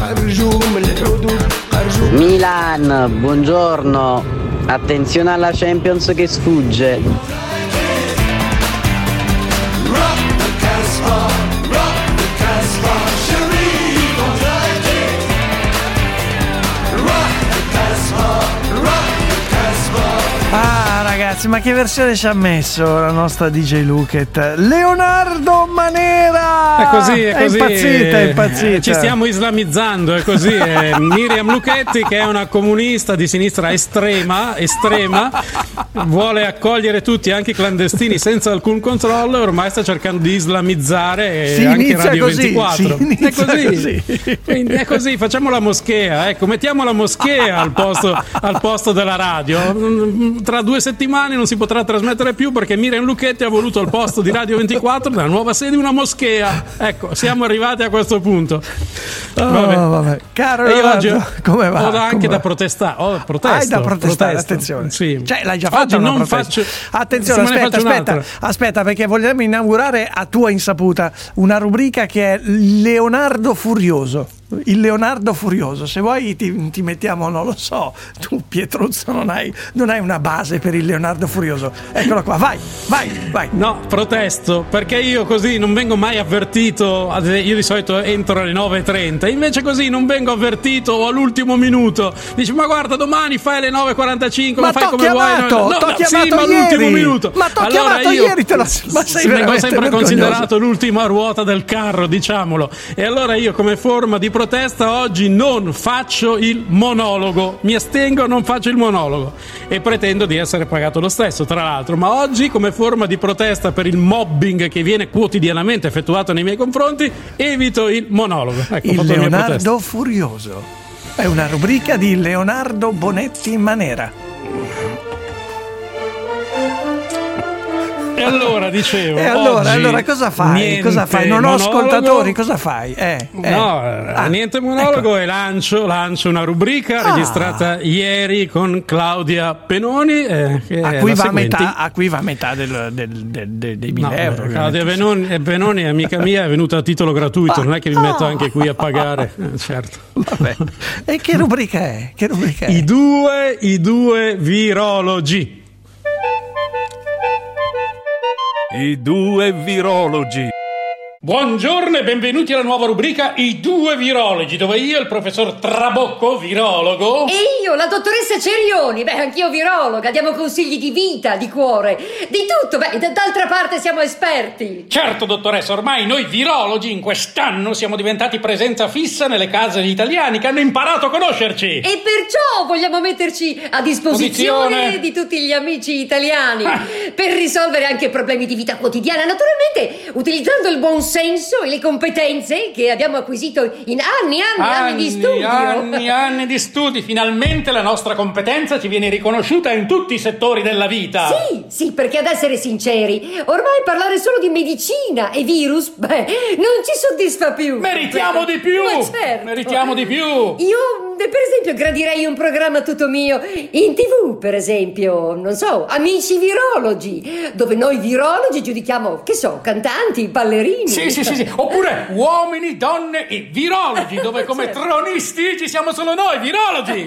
Milan, buongiorno. Attenzione alla Champions che sfugge.
Ah ragazzi, ma che versione ci ha messo la nostra DJ Luket? Leonardo Manera!
È così.
È impazzita.
Ci stiamo islamizzando, è così. È Miriam Luchetti, che è una comunista di sinistra estrema, vuole accogliere tutti, anche i clandestini, senza alcun controllo, e ormai sta cercando di islamizzare anche Radio 24. È così, facciamo la moschea, ecco, mettiamo la moschea al posto della radio. Tra 2 settimane non si potrà trasmettere più perché Miriam Luchetti ha voluto al posto di Radio 24 nella nuova sede una moschea. Ecco, siamo arrivati a questo punto.
Vabbè. Caro Leonardo, come va?
Ho anche da protestare. Hai
da protestare, attenzione.
Sì.
Cioè, l'hai già fatto?
Oggi non faccio.
Attenzione, aspetta, perché vogliamo inaugurare a tua insaputa una rubrica che è Leonardo Furioso. Il Leonardo Furioso. Se vuoi ti mettiamo, non lo so, tu Pietruzzo non hai una base per il Leonardo Furioso. Eccolo qua, vai.
No, protesto, perché io così non vengo mai avvertito. Io di solito entro alle 9:30, invece così non vengo avvertito all'ultimo minuto. Dici, ma guarda, domani fai alle 9:45, ma fai come vuoi.
T'ho chiamato
ma l'ultimo minuto.
Ma t'ho chiamato ieri, ma sei
vengo sempre
vergoglioso.
considerato l'ultima ruota del carro, diciamolo. E allora io, come forma di protesta, oggi non faccio il monologo, mi astengo, non faccio il monologo e pretendo di essere pagato lo stesso, tra l'altro. Ma oggi, come forma di protesta per il mobbing che viene quotidianamente effettuato nei miei confronti, evito il monologo. Ecco,
il Leonardo Furioso è una rubrica di Leonardo Bonetti Manera.
E allora dicevo,
allora cosa fai? Non ho ascoltatori, cosa fai?
Niente monologo, ecco. E lancio una rubrica registrata ieri con Claudia Penoni,
a cui va metà dei 1.000 euro.
Claudia Penoni, amica mia, è venuta a titolo gratuito, non è che mi metto anche qui a pagare, certo.
Vabbè. E che rubrica è?
I due virologi.
I due virologi.
Buongiorno e benvenuti alla nuova rubrica I due virologi, dove io, il professor Trabocco, virologo,
e io, la dottoressa Cerioni, anch'io virologa, diamo consigli di vita, di cuore, di tutto, d'altra parte siamo esperti.
Certo, dottoressa, ormai noi virologi in quest'anno siamo diventati presenza fissa nelle case degli italiani che hanno imparato a conoscerci.
E perciò vogliamo metterci a disposizione di tutti gli amici italiani per risolvere anche problemi di vita quotidiana, naturalmente utilizzando il buon senso e le competenze che abbiamo acquisito in anni di studio.
Anni di studi. Finalmente la nostra competenza ci viene riconosciuta in tutti i settori della vita.
Sì, perché ad essere sinceri, ormai parlare solo di medicina e virus, non ci soddisfa più.
Meritiamo di più.
Ma certo.
Meritiamo di più.
Io, per esempio, gradirei un programma tutto mio in TV, per esempio, non so, Amici Virologi, dove noi virologi giudichiamo, che so, cantanti, ballerini.
Sì. Oppure Uomini, Donne e Virologi, dove come tronisti ci siamo solo noi, virologi.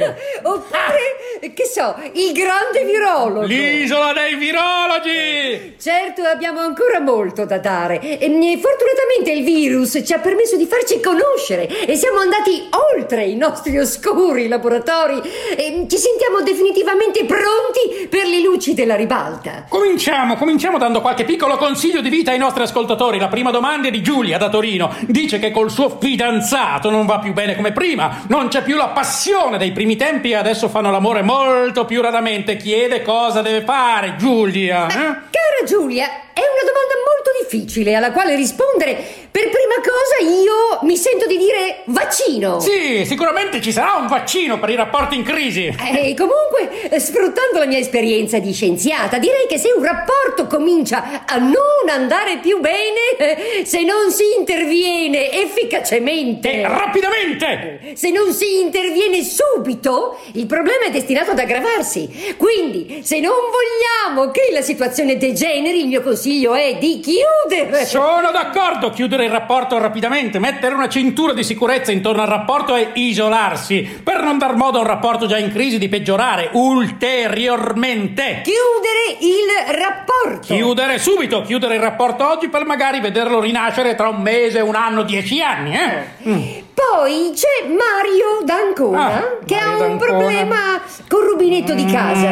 Oppure, che so, Il Grande Virologo.
L'isola dei virologi.
Certo, abbiamo ancora molto da dare. E fortunatamente il virus ci ha permesso di farci conoscere e siamo andati oltre i nostri oscuri laboratori e ci sentiamo definitivamente pronti per le luci della ribalta.
Cominciamo dando qualche piccolo consiglio di vita ai nostri ascoltatori. La prima domanda è di Giulia da Torino. Dice che col suo fidanzato non va più bene come prima, non c'è più la passione dei primi tempi e adesso fanno l'amore molto più raramente. Chiede cosa deve fare, Giulia.
Cara Giulia, è una domanda molto difficile alla quale rispondere. Per prima cosa io mi sento di dire vaccino.
Sì, sicuramente ci sarà un vaccino per i rapporti in crisi.
Comunque, sfruttando la mia esperienza di scienziata, direi che se un rapporto comincia a non andare più bene, se non si interviene efficacemente
e rapidamente,
se non si interviene subito, il problema è destinato ad aggravarsi. Quindi, se non vogliamo che la situazione degeneri, il mio consiglio è di chiudere.
Sono d'accordo, chiudere il rapporto rapidamente, mettere una cintura di sicurezza intorno al rapporto e isolarsi per non dar modo a un rapporto già in crisi di peggiorare ulteriormente.
Chiudere il rapporto.
Chiudere subito, chiudere il rapporto oggi per magari vederlo rinascere tra un mese, un anno, 10 anni.
Poi c'è Mario d'Ancona che ha un problema col rubinetto di casa.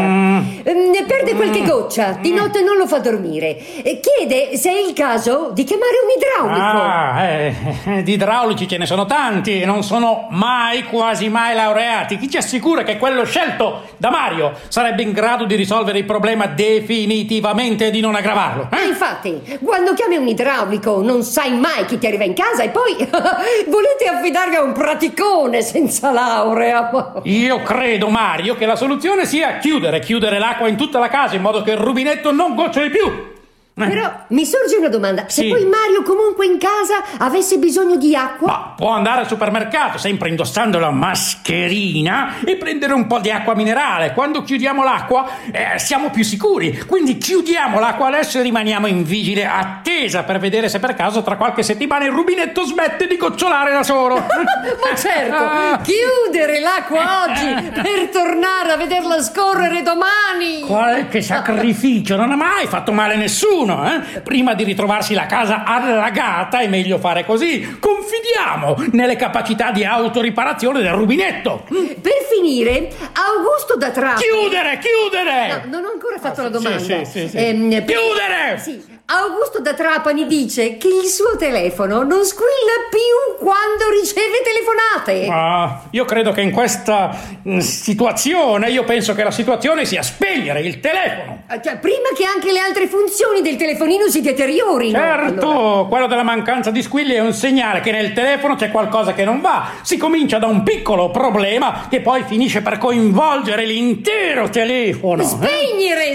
Perde qualche goccia, di notte non lo fa dormire. Chiede se è il caso di chiamare un idraulico.
Di idraulici ce ne sono tanti e non sono quasi mai laureati. Chi ci assicura che quello scelto da Mario sarebbe in grado di risolvere il problema definitivamente e di non aggravarlo?
Infatti, quando chiami un idraulico non sai mai chi ti arriva in casa e poi volete affidarvi a un praticone senza laurea.
Io credo, Mario, che la soluzione sia chiudere l'acqua in tutta la casa in modo che il rubinetto non goccioli più.
Però mi sorge una domanda. Se poi Mario comunque in casa avesse bisogno di acqua?
Ma può andare al supermercato sempre indossando la mascherina e prendere un po' di acqua minerale. Quando chiudiamo l'acqua siamo più sicuri. Quindi chiudiamo l'acqua adesso e rimaniamo in vigile attesa per vedere se per caso tra qualche settimana il rubinetto smette di gocciolare da solo.
Ma certo, chiudere l'acqua oggi per tornare a vederla scorrere domani.
Qualche sacrificio, non ha mai fatto male a nessuno. Prima di ritrovarsi la casa allagata è meglio fare così. Confidiamo nelle capacità di autoriparazione del rubinetto.
Per finire, Augusto da Trapani.
Chiudere!
No, non ho ancora fatto la domanda.
Sì. Chiudere!
Sì. Augusto da Trapani dice che il suo telefono non squilla più quando riceve telefonate.
Io credo che in questa situazione, io penso che la situazione sia spegnere il telefono.
Cioè, prima che anche le altre funzioni del telefonino si deteriorino.
Certo, allora. Quello della mancanza di squilli è un segnale che nel telefono c'è qualcosa che non va. Si comincia da un piccolo problema che poi finisce per coinvolgere l'intero telefono.
Spegnere!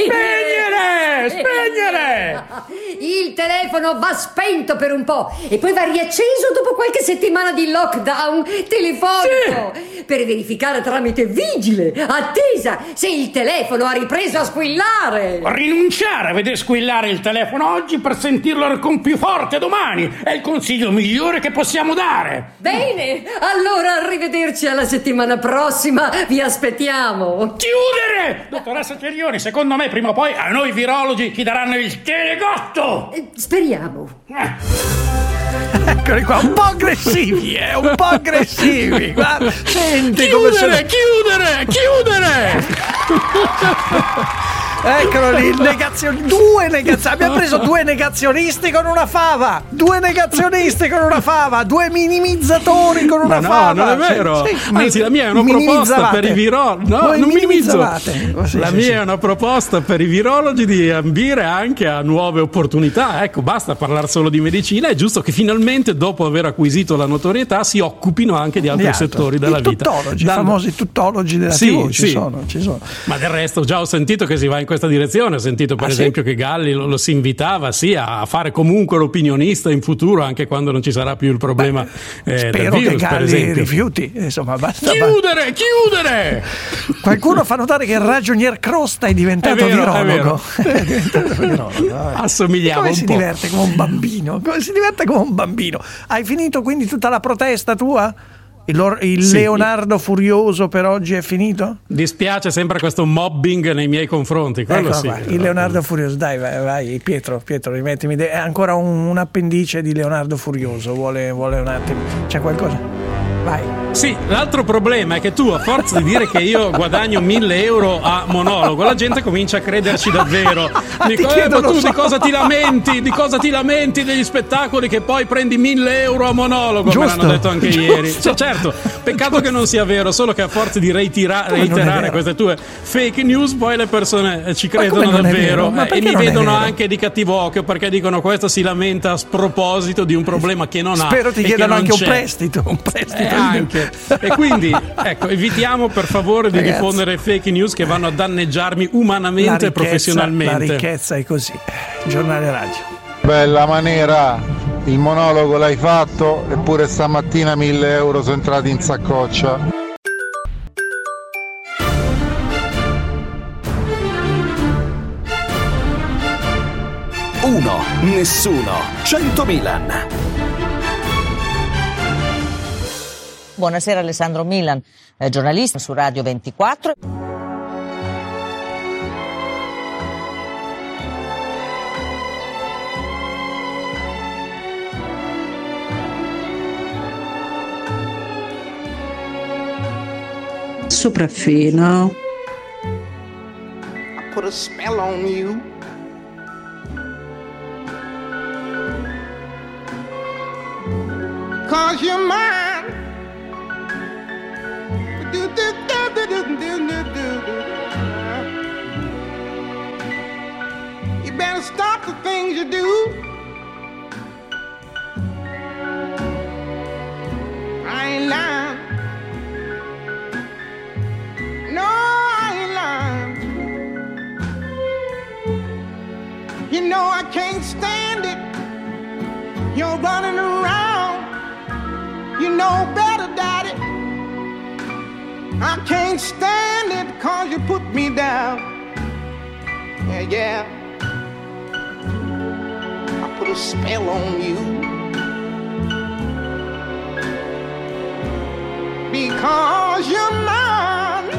Il telefono va spento per un po' e poi va riacceso dopo qualche settimana di lockdown telefonico per verificare tramite vigile attesa se il telefono ha ripreso a squillare.
Rinunciare a vedere squillare il telefono oggi per sentirlo con più forte domani è il consiglio migliore che possiamo dare.
Bene, allora arrivederci alla settimana prossima, vi aspettiamo.
Chiudere! Dottoressa Cerioni, secondo me prima o poi a noi virologi ci daranno il telegotto. Vinceremo!
Speriamo.
Eccoli qua, un po' aggressivi, un po' aggressivi. Guarda, senti come sono.
Chiudere!
Eccolo lì, due negazioni. Abbiamo preso due negazionisti con una fava. Due minimizzatori con una fava.
No, non è vero. Anzi, la mia è una proposta per i virologi. No,
voi
non minimizzo.
La
mia è una proposta per i virologi di ambire anche a nuove opportunità. Ecco, basta parlare solo di medicina. È giusto che finalmente, dopo aver acquisito la notorietà, si occupino anche di altri settori della vita.
I famosi tuttologi della TV ci sono.
Ma del resto già ho sentito che si va in questa direzione. Ho sentito per esempio che Galli lo si invitava a fare comunque l'opinionista in futuro, anche quando non ci sarà più il problema del
spero
virus,
che Galli
per esempio.
rifiuti, insomma, basta.
Chiudere!
Qualcuno fa notare che il ragionier Crosta è diventato virologo.
Assomigliamo
come
un
si
po'.
diverte come un bambino. Hai finito quindi tutta la protesta tua? Il Leonardo Furioso per oggi è finito?
Dispiace sempre questo mobbing nei miei confronti. Quello sì.
Il Leonardo Furioso, dai, vai Pietro, rimettimi. È ancora un appendice di Leonardo Furioso. Vuole un attimo. C'è qualcosa? Vai.
Sì, l'altro problema è che tu, a forza di dire che io guadagno 1.000 euro a monologo, la gente comincia a crederci davvero. Ma tu di cosa ti lamenti? Di cosa ti lamenti degli spettacoli che poi prendi 1.000 euro a monologo?
Giusto,
me l'hanno detto anche ieri. Cioè, certo, peccato che non sia vero, solo che a forza di reiterare queste tue fake news, poi le persone ci credono davvero e mi vedono anche di cattivo occhio, perché dicono questo si lamenta a sproposito di un problema che non ha.
Spero ti chiedano anche un prestito.
Anche. E quindi ecco, evitiamo per favore di diffondere fake news che vanno a danneggiarmi umanamente e professionalmente.
La ricchezza è così. Giornale radio.
Bella Manera, il monologo l'hai fatto, eppure stamattina 1.000 euro sono entrati in saccoccia.
Uno, nessuno, 100 Milan.
Buonasera, Alessandro Milan, giornalista su Radio 24.
Sopraffino.
I put a spell on you. Cause you're mine. You better stop the things you do. I ain't lying. No, I ain't lying. You know I can't stand it. You're running around. You know better, Daddy. I can't stand it 'cause you put me down. Yeah. I put a spell on you. Because you're mine.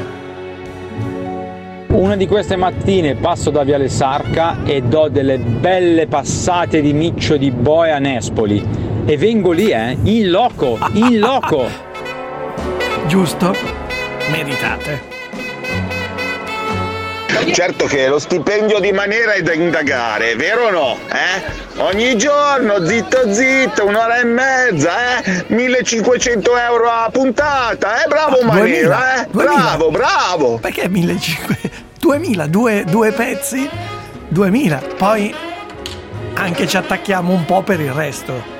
Una di queste mattine passo da Viale Sarca e do delle belle passate di miccio di boia a Nespoli. E vengo lì, in loco.
Giusto? Meritate.
Certo che lo stipendio di Manera è da indagare, vero o no? Ogni giorno, zitto, 1 ora e mezza, 1.500 euro a puntata, bravo Manera,
2000.
Bravo.
Perché 1.500? 2.000, due pezzi? 2.000, poi anche ci attacchiamo un po' per il resto.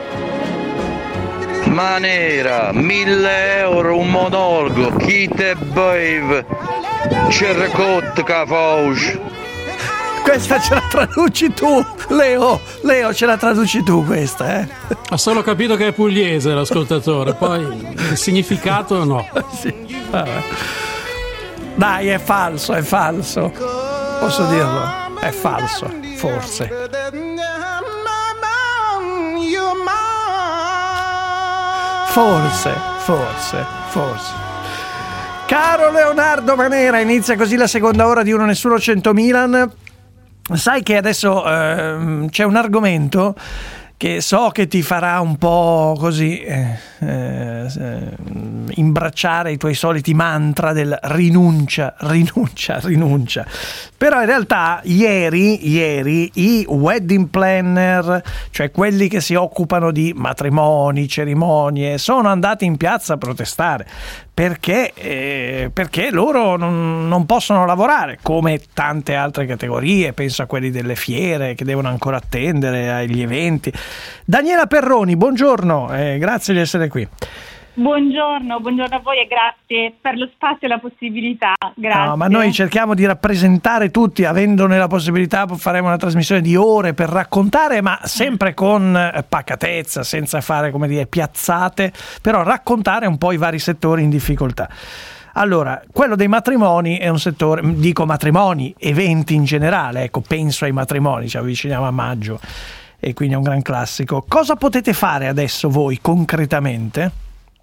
Manera, 1.000 euro un monologo, chi te beve, cercot cafouche.
Questa ce la traduci tu, Leo, ce la traduci tu questa,
Ho solo capito che è pugliese l'ascoltatore, poi il significato no.
Sì, vabbè. Dai, è falso, posso dirlo, è falso, forse. Forse. Caro Leonardo Manera, inizia così la seconda ora di Uno Nessuno 100 Milan. Sai che adesso c'è un argomento che so che ti farà un po' così imbracciare i tuoi soliti mantra del rinuncia. Però in realtà ieri i wedding planner, cioè quelli che si occupano di matrimoni, cerimonie, sono andati in piazza a protestare perché loro non possono lavorare come tante altre categorie, penso a quelli delle fiere che devono ancora attendere agli eventi. Daniela Perroni, buongiorno, grazie di essere qui.
Buongiorno a voi e grazie per lo spazio e la possibilità. Grazie.
No, ma noi cerchiamo di rappresentare tutti, avendone la possibilità faremo una trasmissione di ore per raccontare, ma sempre con pacatezza, senza fare, come dire, piazzate, però raccontare un po' i vari settori in difficoltà. Allora, quello dei matrimoni è un settore, dico matrimoni, eventi in generale, ecco, penso ai matrimoni, ci avviciniamo a maggio e quindi è un gran classico. Cosa potete fare adesso voi concretamente?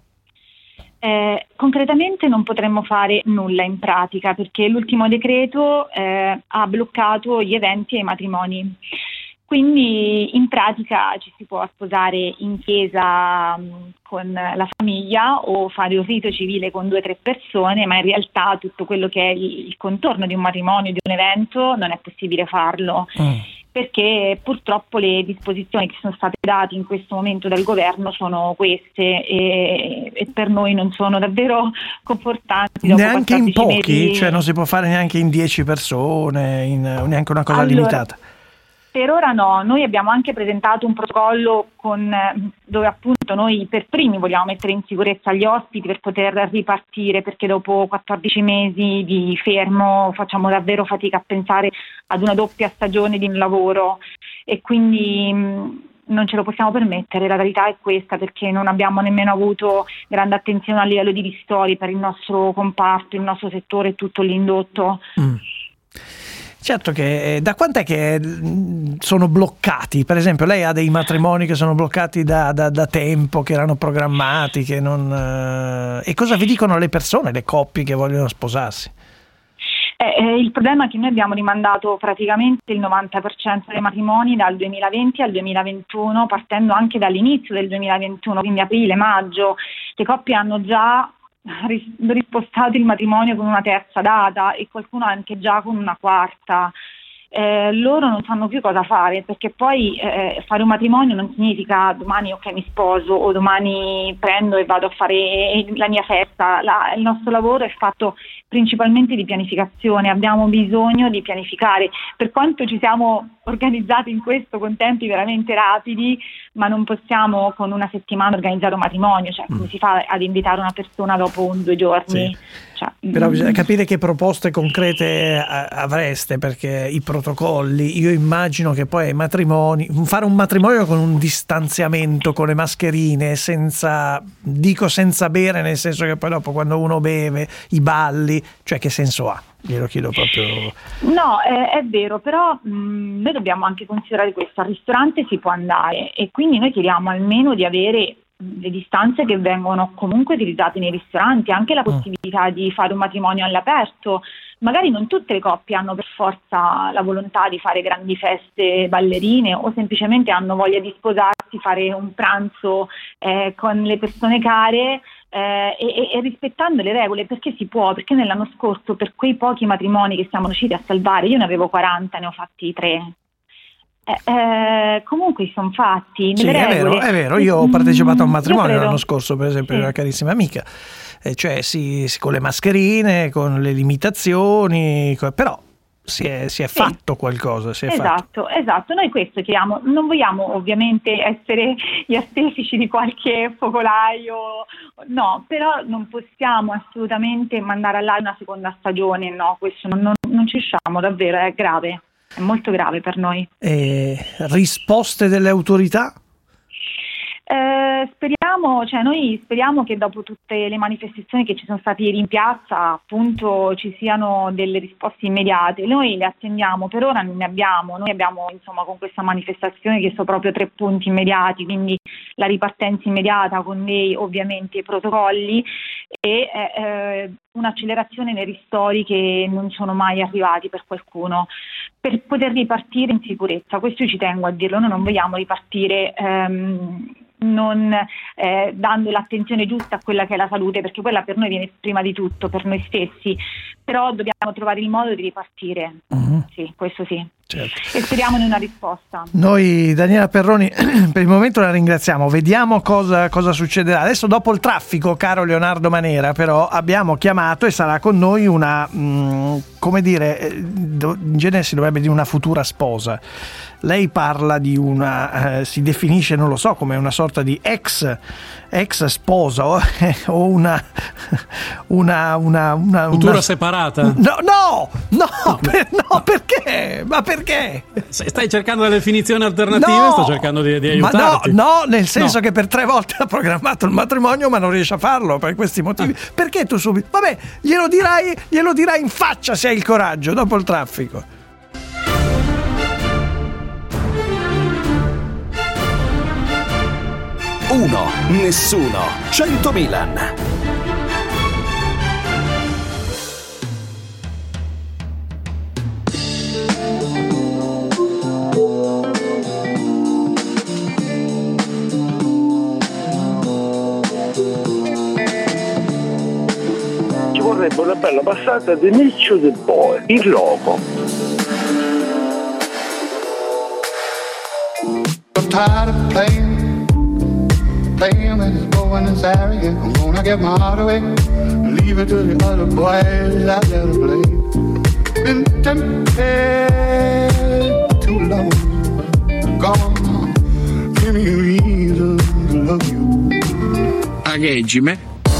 Concretamente non potremmo fare nulla in pratica perché l'ultimo decreto ha bloccato gli eventi e i matrimoni. Quindi in pratica ci si può sposare in chiesa con la famiglia o fare un rito civile con 2 o 3 persone, ma in realtà tutto quello che è il contorno di un matrimonio, di un evento, non è possibile farlo. Perché purtroppo le disposizioni che sono state date in questo momento dal governo sono queste e per noi non sono davvero confortanti.
Neanche in pochi?
Mesi.
Cioè non si può fare neanche in 10 persone, neanche una cosa limitata?
Per ora no, noi abbiamo anche presentato un protocollo dove appunto noi per primi vogliamo mettere in sicurezza gli ospiti per poter ripartire, perché dopo 14 mesi di fermo facciamo davvero fatica a pensare ad una doppia stagione di lavoro e quindi non ce lo possiamo permettere, la verità è questa, perché non abbiamo nemmeno avuto grande attenzione a livello di ristori per il nostro comparto, il nostro settore e tutto l'indotto.
Certo che da quant'è che sono bloccati? Per esempio lei ha dei matrimoni che sono bloccati da tempo, che erano programmati, che non... E cosa vi dicono le persone, le coppie che vogliono sposarsi?
Il problema è che noi abbiamo rimandato praticamente il 90% dei matrimoni dal 2020 al 2021, partendo anche dall'inizio del 2021, quindi aprile, maggio. Le coppie hanno già rispostato il matrimonio con una terza data e qualcuno anche già con una quarta. Loro non sanno più cosa fare, perché poi fare un matrimonio non significa domani ok mi sposo o domani prendo e vado a fare la mia festa. Il nostro lavoro è fatto principalmente di pianificazione, abbiamo bisogno di pianificare, per quanto ci siamo organizzati in questo con tempi veramente rapidi, ma non possiamo con una settimana organizzare un matrimonio, cioè come si fa ad invitare una persona dopo 1 o 2 giorni?
Sì. Però bisogna capire che proposte concrete avreste, perché i protocolli, io immagino che poi ai matrimoni, fare un matrimonio con un distanziamento, con le mascherine, senza bere, nel senso che poi dopo quando uno beve, i balli, cioè che senso ha? Glielo chiedo proprio.
No, è vero, però noi dobbiamo anche considerare questo: al ristorante si può andare e quindi noi chiediamo almeno di avere le distanze che vengono comunque utilizzate nei ristoranti, anche la possibilità di fare un matrimonio all'aperto. Magari non tutte le coppie hanno per forza la volontà di fare grandi feste ballerine o semplicemente hanno voglia di sposarsi, fare un pranzo con le persone care e rispettando le regole, perché si può, perché nell'anno scorso per quei pochi matrimoni che siamo riusciti a salvare, io ne avevo 40, ne ho fatti 3. Comunque sono fatti
sì,
è
vero, io ho partecipato a un matrimonio l'anno scorso, per esempio, di una carissima amica, cioè con le mascherine, con le limitazioni, però si è fatto qualcosa,
esatto. Noi questo chiediamo, non vogliamo ovviamente essere gli artefici di qualche focolaio, no, però non possiamo assolutamente mandare all'aria una seconda stagione, no, questo non ci riusciamo, davvero, è grave. È molto grave per noi.
Risposte delle autorità?
Speriamo noi speriamo che dopo tutte le manifestazioni che ci sono state ieri in piazza, appunto, ci siano delle risposte immediate. Noi le attendiamo, per ora non ne abbiamo. Noi abbiamo, insomma, con questa manifestazione chiesto proprio 3 punti immediati, quindi la ripartenza immediata con dei, ovviamente, protocolli e un'accelerazione nei ristori che non sono mai arrivati per qualcuno, per poter ripartire in sicurezza. Questo io ci tengo a dirlo, noi non vogliamo ripartire non dando l'attenzione giusta a quella che è la salute, perché quella per noi viene prima di tutto, per noi stessi, però dobbiamo trovare il modo di ripartire. Sì, questo sì. Certo. E speriamo in una risposta.
Noi, Daniela Perroni, per il momento la ringraziamo, vediamo cosa succederà. Adesso, dopo il traffico, caro Leonardo Manera, però abbiamo chiamato e sarà con noi una, come dire, in genere si dovrebbe dire una futura sposa. Lei parla di una, si definisce, non lo so, come una sorta di ex sposa o una
futura separata.
No, perché? Ma perché?
Stai cercando la definizione alternativa?
No,
sto cercando di aiutarti.
No, nel senso che per 3 volte ha programmato il matrimonio ma non riesce a farlo per questi motivi. Perché tu subito? Vabbè, glielo dirai in faccia se hai il coraggio dopo il traffico.
Uno, nessuno, 100 Milan.
Ci vorrebbe una bella passata di Niccio De Boe, il loco.
I'm tired of playing with his bow and his arrogant. I'm gonna get my heart away, leave it to the other boys out there to play. Been tempted too long, gone, give me a reason to love you.
Agheggime.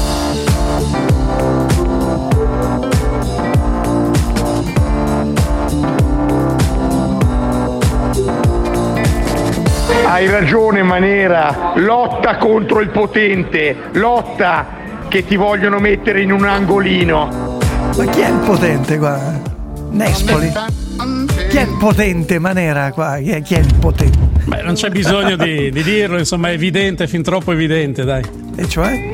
Hai ragione Manera, lotta contro il potente, lotta che ti vogliono mettere in un angolino.
Ma chi è il potente qua? Nespoli? Chi è il potente Manera qua? Chi è il potente?
Beh, non c'è bisogno di dirlo, insomma è evidente, è fin troppo evidente, dai.
E cioè?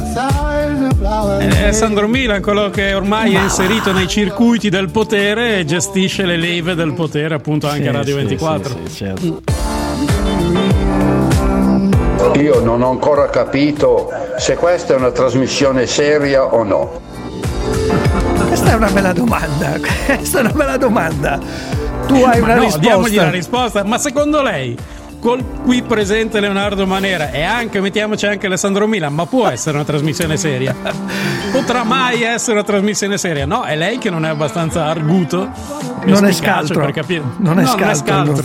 È Sandro Milan, quello che ormai è inserito nei circuiti del potere e gestisce le leve del potere, appunto, anche a Radio 24.
Sì, certo.
Io non ho ancora capito se questa è una trasmissione seria o no.
Questa è una bella domanda. Tu hai una risposta?
Diamogli la risposta. Ma secondo lei, col qui presente Leonardo Manera e anche, mettiamoci anche Alessandro Milan, ma può essere una trasmissione seria? Potrà mai essere una trasmissione seria? No, è lei che non è abbastanza arguto.
Non è scaltro
per capire.
Non è scaltro.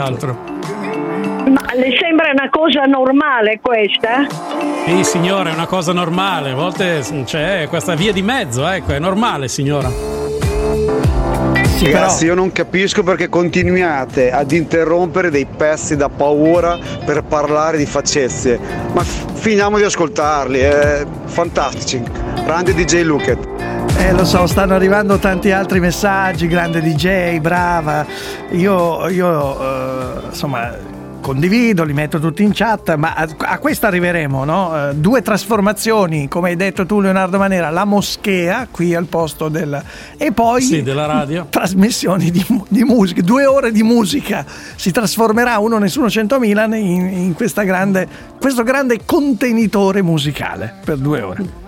Ma le sembra una cosa normale questa?
Sì, signora, è una cosa normale. A volte c'è questa via di mezzo, ecco, è normale, signora.
Sì, ragazzi, io non capisco perché continuiate ad interrompere dei pezzi da paura per parlare di faccezze. Ma finiamo di ascoltarli, è fantastici. Grande DJ Luket.
Lo so, stanno arrivando tanti altri messaggi. Grande DJ, brava. Io insomma, condivido, li metto tutti in chat, ma a questo arriveremo, no? 2 trasformazioni, come hai detto tu Leonardo Manera, la moschea qui al posto e poi
della radio,
trasmissioni di musica, 2 ore di musica, si trasformerà Uno Nessuno 100 Milan in questo grande contenitore musicale per 2 ore.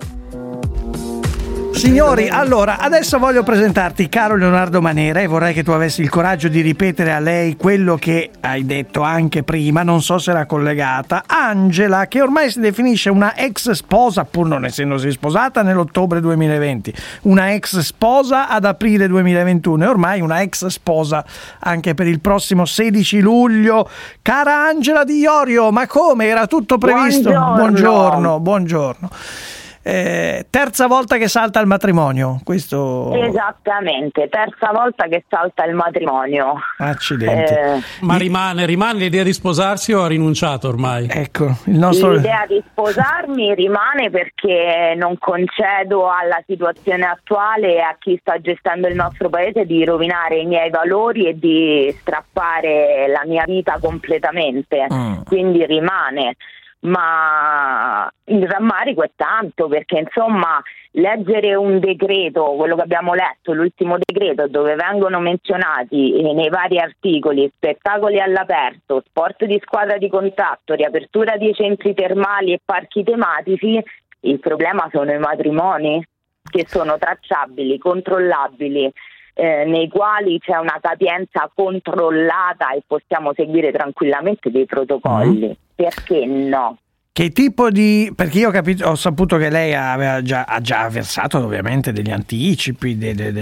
Signori, allora, adesso voglio presentarti caro Leonardo Manera e vorrei che tu avessi il coraggio di ripetere a lei quello che hai detto anche prima, non so se era collegata. Angela, che ormai si definisce una ex sposa, pur non essendosi sposata nell'ottobre 2020, una ex sposa ad aprile 2021 e ormai una ex sposa anche per il prossimo 16 luglio. Cara Angela Di Iorio, ma come? Era tutto previsto? Buongiorno. Terza volta che salta il matrimonio, questo...
Esattamente, terza volta che salta il matrimonio.
Accidenti.
Ma rimane l'idea di sposarsi o ha rinunciato ormai?
Ecco,
l'idea di sposarmi rimane, perché non concedo alla situazione attuale e a chi sta gestendo il nostro paese di rovinare i miei valori e di strappare la mia vita completamente, quindi rimane. Ma il rammarico è tanto, perché insomma leggere un decreto, quello che abbiamo letto, l'ultimo decreto, dove vengono menzionati nei vari articoli spettacoli all'aperto, sport di squadra di contatto, riapertura di centri termali e parchi tematici, il problema sono i matrimoni che sono tracciabili, controllabili, nei quali c'è una capienza controllata e possiamo seguire tranquillamente dei protocolli. Perché no?
Che tipo di... Perché io ho saputo che lei ha già versato ovviamente degli anticipi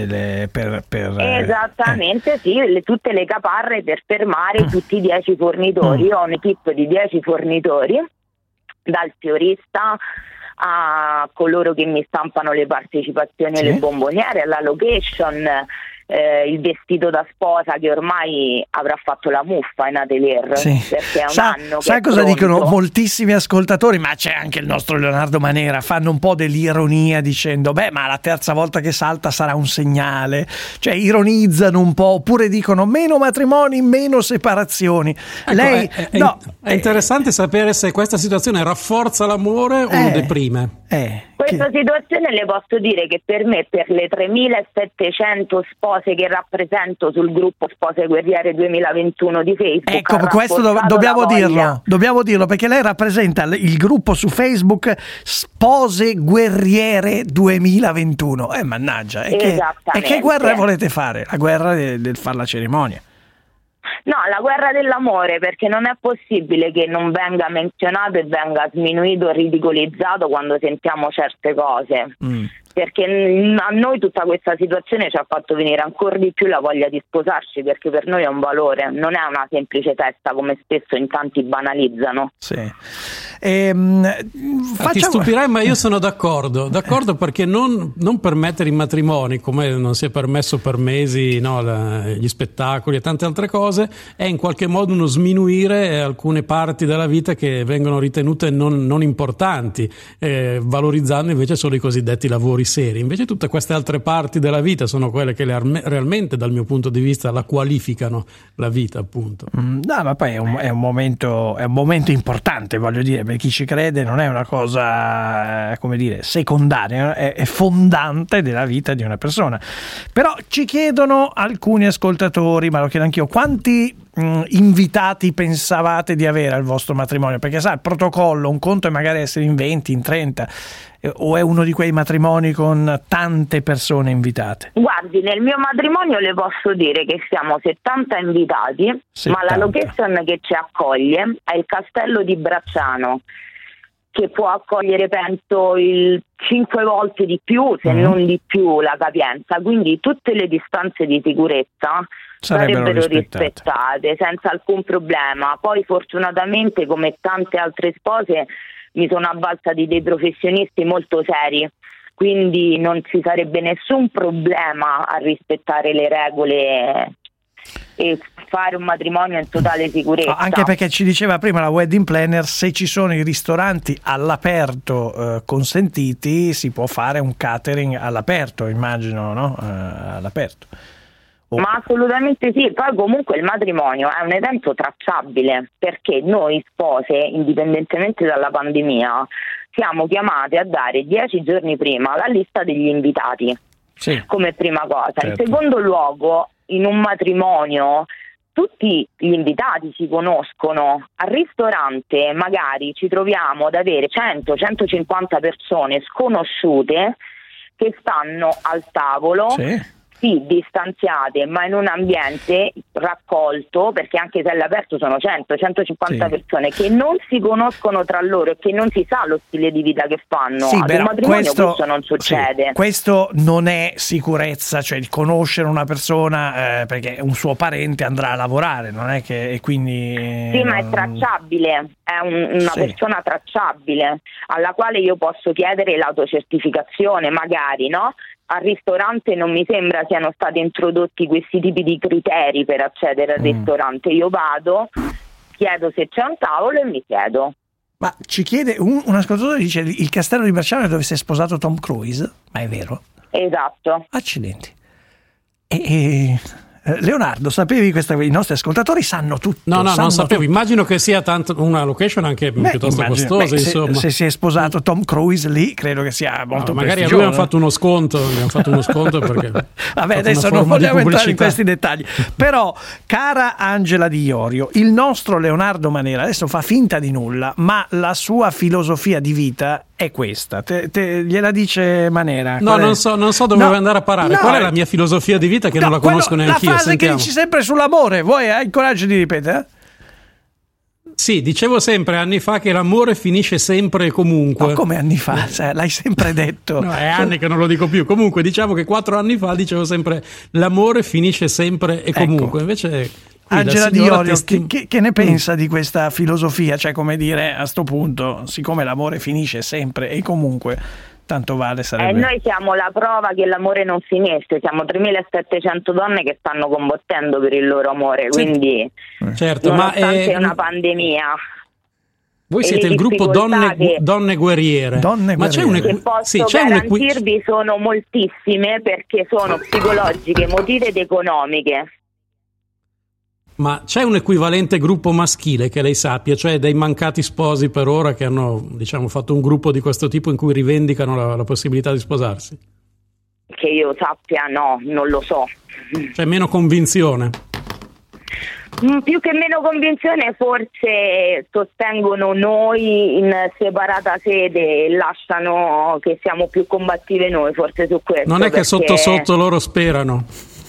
Esattamente, sì, tutte le caparre per fermare tutti i 10 fornitori. Io ho un'equipe di 10 fornitori, dal fiorista a coloro che mi stampano le partecipazioni e le bomboniere, alla location, il vestito da sposa che ormai avrà fatto la muffa in atelier, perché è un anno che
sai cosa
pronto.
Dicono moltissimi ascoltatori, ma c'è anche il nostro Leonardo Manera, fanno un po' dell'ironia dicendo ma la terza volta che salta sarà un segnale, cioè ironizzano un po', oppure dicono meno matrimoni, meno separazioni.
Ecco,
Lei
è interessante sapere se questa situazione rafforza l'amore o lo deprime.
Questa situazione le posso dire che per me, per le 3.700 spose che rappresento sul gruppo Spose Guerriere 2021 di Facebook,
ecco, questo dobbiamo dirlo, perché lei rappresenta il gruppo su Facebook Spose Guerriere 2021. Mannaggia, e che guerra volete fare? La guerra del fare la cerimonia?
No, la guerra dell'amore, perché non è possibile che non venga menzionato e venga sminuito o ridicolizzato quando sentiamo certe cose. Perché a noi tutta questa situazione ci ha fatto venire ancora di più la voglia di sposarci, perché per noi è un valore, non è una semplice festa come spesso in tanti banalizzano.
Ti stupirai, ma io sono d'accordo perché non permettere i matrimoni, come non si è permesso per mesi gli spettacoli e tante altre cose, è in qualche modo uno sminuire alcune parti della vita che vengono ritenute non importanti, valorizzando invece solo i cosiddetti lavori seri. Invece tutte queste altre parti della vita sono quelle che realmente, dal mio punto di vista, la qualificano la vita, appunto.
No, ma poi è un momento importante, voglio dire, per chi ci crede non è una cosa secondaria, è fondante della vita di una persona. Però ci chiedono alcuni ascoltatori, ma lo chiedo anch'io, quanti invitati pensavate di avere al vostro matrimonio? Perché il protocollo, un conto è magari essere in 20, in 30, o è uno di quei matrimoni con tante persone invitate?
Guardi, nel mio matrimonio le posso dire che siamo 70 invitati, ma la location che ci accoglie è il castello di Bracciano, che può accogliere penso 5 volte di più, se non di più, la capienza, quindi tutte le distanze di sicurezza sarebbero rispettate senza alcun problema. Poi fortunatamente, come tante altre spose, mi sono avvalsati dei professionisti molto seri, quindi non ci sarebbe nessun problema a rispettare le regole e fare un matrimonio in totale sicurezza.
Anche perché ci diceva prima la wedding planner, se ci sono i ristoranti all'aperto consentiti, si può fare un catering all'aperto, immagino, no? All'aperto.
Ma assolutamente sì. Poi comunque il matrimonio è un evento tracciabile, perché noi spose, indipendentemente dalla pandemia, siamo chiamate a dare 10 giorni prima la lista degli invitati, come prima cosa. In secondo luogo, in un matrimonio tutti gli invitati si conoscono. Al ristorante magari ci troviamo ad avere 100-150 persone sconosciute che stanno al tavolo sì distanziate, ma in un ambiente raccolto, perché anche se all'aperto sono 100-150 persone che non si conoscono tra loro e che non si sa lo stile di vita che fanno.
Sì,
ad un matrimonio questo non succede.
Sì, questo non è sicurezza, cioè il conoscere una persona perché un suo parente andrà a lavorare, non è che e quindi
sì, ma è tracciabile, è una persona tracciabile alla quale io posso chiedere l'autocertificazione, magari, no? Al ristorante non mi sembra siano stati introdotti questi tipi di criteri per accedere al ristorante. Io vado, chiedo se c'è un tavolo e mi siedo.
Ma ci chiede un ascoltatore, dice il castello di Bracciano è dove si è sposato Tom Cruise, ma è vero?
Esatto.
Accidenti. Leonardo, sapevi questa? I nostri ascoltatori sanno tutto.
No, non sapevo.
Tutto.
Immagino che sia una location anche piuttosto costosa. Insomma,
se si è sposato Tom Cruise lì, credo che sia molto
magari a
prestigioso.
lui hanno fatto uno sconto. Perché
vabbè, adesso non vogliamo entrare in questi dettagli. Però, cara Angela Di Iorio, il nostro Leonardo Manera adesso fa finta di nulla, ma la sua filosofia di vita è questa. Gliela dice Manera?
No, non so dove vuoi andare a parare. Qual è la mia filosofia di vita che non la conosco neanche io?
La frase che dici sempre sull'amore, vuoi? Hai il coraggio di ripetere?
Sì, dicevo sempre anni fa che l'amore finisce sempre e comunque.
No, come anni fa? L'hai sempre detto.
No, è anni che non lo dico più. Comunque diciamo che 4 anni fa dicevo sempre l'amore finisce sempre e comunque. Invece
Angela Di Iorio, che ne pensa di questa filosofia? Cioè, come dire, a sto punto, siccome l'amore finisce sempre e comunque, tanto vale sarebbe...
noi siamo la prova che l'amore non finisce, siamo 3.700 donne che stanno combattendo per il loro amore, quindi
certo,
nonostante è una pandemia.
Voi siete il gruppo donne guerriere.
Ma c'è che posso garantirvi sono moltissime, perché sono psicologiche, emotive ed economiche.
Ma c'è un equivalente gruppo maschile che lei sappia, cioè dei mancati sposi per ora che hanno, diciamo, fatto un gruppo di questo tipo in cui rivendicano la possibilità di sposarsi?
Che io sappia, no, non lo so.
Cioè meno convinzione?
Più che meno convinzione, forse sostengono noi in separata sede e lasciano che siamo più combattive noi, forse su questo.
Non è che sotto sotto loro sperano?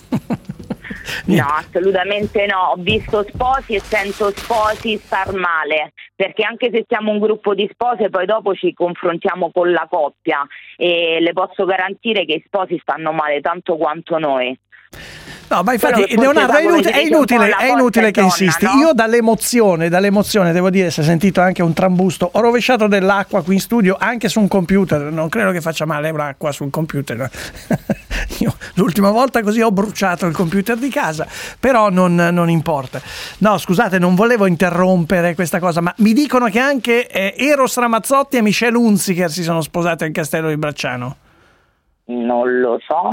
No, assolutamente no. Ho visto sposi e sento sposi star male, perché anche se siamo un gruppo di spose poi dopo ci confrontiamo con la coppia e le posso garantire che i sposi stanno male tanto quanto noi.
No, ma infatti Leonardo è inutile che insisti. No? Io dall'emozione devo dire, si è sentito anche un trambusto, ho rovesciato dell'acqua qui in studio anche su un computer, non credo che faccia male un'acqua sul computer. Io l'ultima volta così ho bruciato il computer di casa, però non importa. No, scusate, non volevo interrompere questa cosa, ma mi dicono che anche Eros Ramazzotti e Michelle Hunziker si sono sposati al Castello di Bracciano.
Non lo so.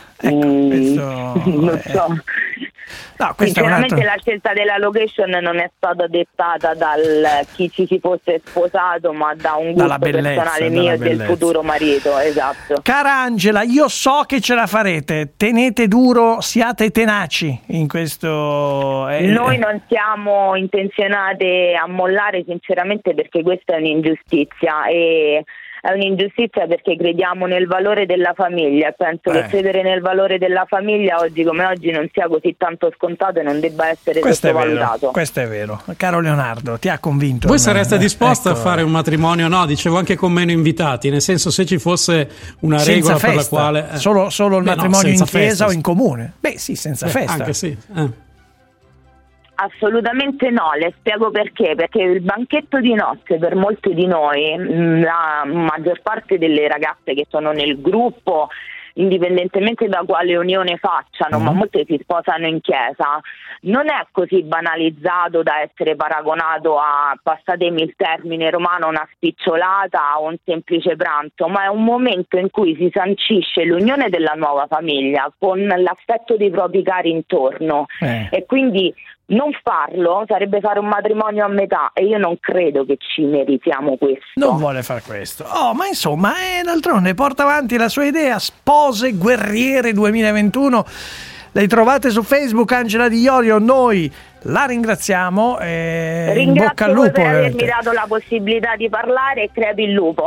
Non
so.
No,
sinceramente la scelta della location non è stata dettata dal chi ci si fosse sposato, ma da un gusto personale mio e del futuro marito. Esatto.
Cara Angela, io so che ce la farete, tenete duro, siate tenaci in questo.
Noi non siamo intenzionate a mollare, sinceramente, perché questa è un'ingiustizia e è un'ingiustizia perché crediamo nel valore della famiglia e penso che credere nel valore della famiglia oggi come oggi non sia così tanto scontato e non debba essere sottovalutato.
Questo è vero. Caro Leonardo, ti ha convinto?
Voi sareste disposta a fare un matrimonio? No, dicevo anche con meno invitati, nel senso, se ci fosse una regola per la quale
solo il matrimonio in chiesa o in comune? Beh sì, senza festa.
Anche sì.
Assolutamente no, le spiego perché il banchetto di nozze per molte di noi, la maggior parte delle ragazze che sono nel gruppo, indipendentemente da quale unione facciano, ma molte si sposano in chiesa, non è così banalizzato da essere paragonato a, passatemi il termine romano, una spicciolata o un semplice pranzo, ma è un momento in cui si sancisce l'unione della nuova famiglia con l'affetto dei propri cari intorno e quindi non farlo sarebbe fare un matrimonio a metà e io non credo che ci meritiamo questo.
Non vuole fare questo. Ma insomma, d'altronde porta avanti la sua idea. Spose guerriere 2021. Le trovate su Facebook, Angela Di Iorio. Noi la ringraziamo.
Ringrazio
in bocca al lupo
per avermi dato la possibilità di parlare e crepi il lupo.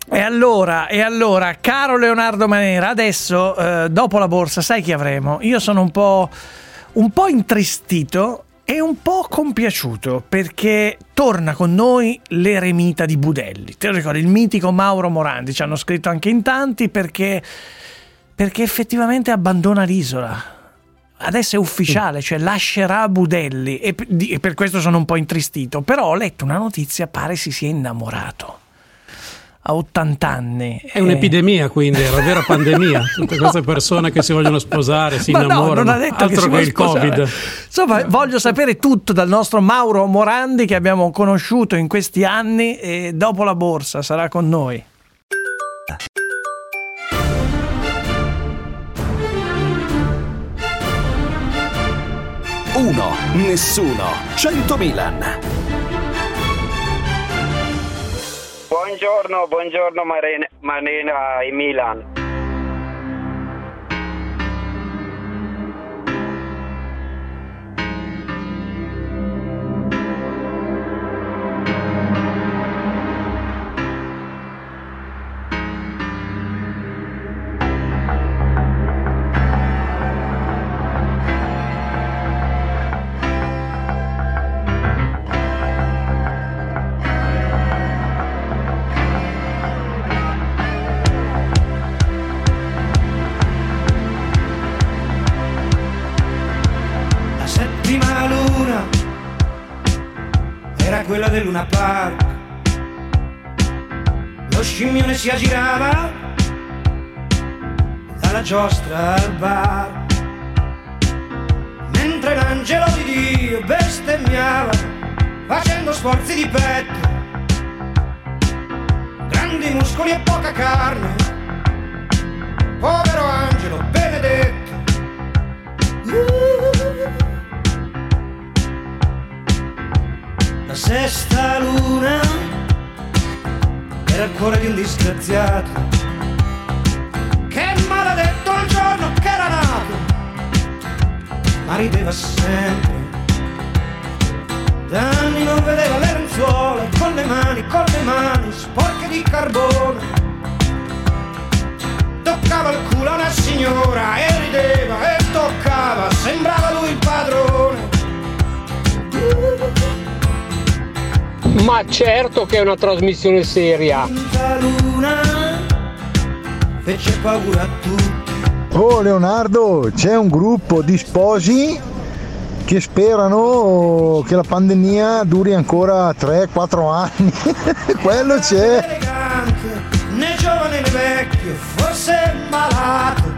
E allora, caro Leonardo Manera, adesso dopo la borsa sai chi avremo? Io sono un po' intristito e un po' compiaciuto perché torna con noi l'eremita di Budelli. Te lo ricordi? Il mitico Mauro Morandi, ci hanno scritto anche in tanti perché effettivamente abbandona l'isola. Adesso è ufficiale, cioè lascerà Budelli e per questo sono un po' intristito, però ho letto una notizia, pare si sia innamorato a 80 anni.
È un'epidemia, quindi è una vera pandemia. Tutte queste persone che si vogliono sposare, si innamorano,
non ha detto
altro che il
sposare.
Covid.
Insomma, voglio sapere tutto dal nostro Mauro Morandi che abbiamo conosciuto in questi anni e dopo la borsa sarà con noi.
Uno, nessuno, 100 Milan.
Buongiorno Marina e Milan.
Quella del Luna Park, lo scimmione si aggirava dalla giostra al bar, mentre l'angelo di Dio bestemmiava facendo sforzi di petto, grandi muscoli e poca carne, povero angelo benedetto. La sesta luna era il cuore di un disgraziato, che maledetto il giorno che era nato, ma rideva sempre. Da anni non vedeva le lenzuola con le mani sporche di carbone. Toccava il culo a una signora e rideva e toccava, sembrava lui il padrone.
Ma certo che è una trasmissione seria.
La luna fece paura a tutti.
Oh Leonardo, c'è un gruppo di sposi che sperano che la pandemia duri ancora 3-4 anni. Quello c'è.
Elegante, né giovane né vecchio, forse malato.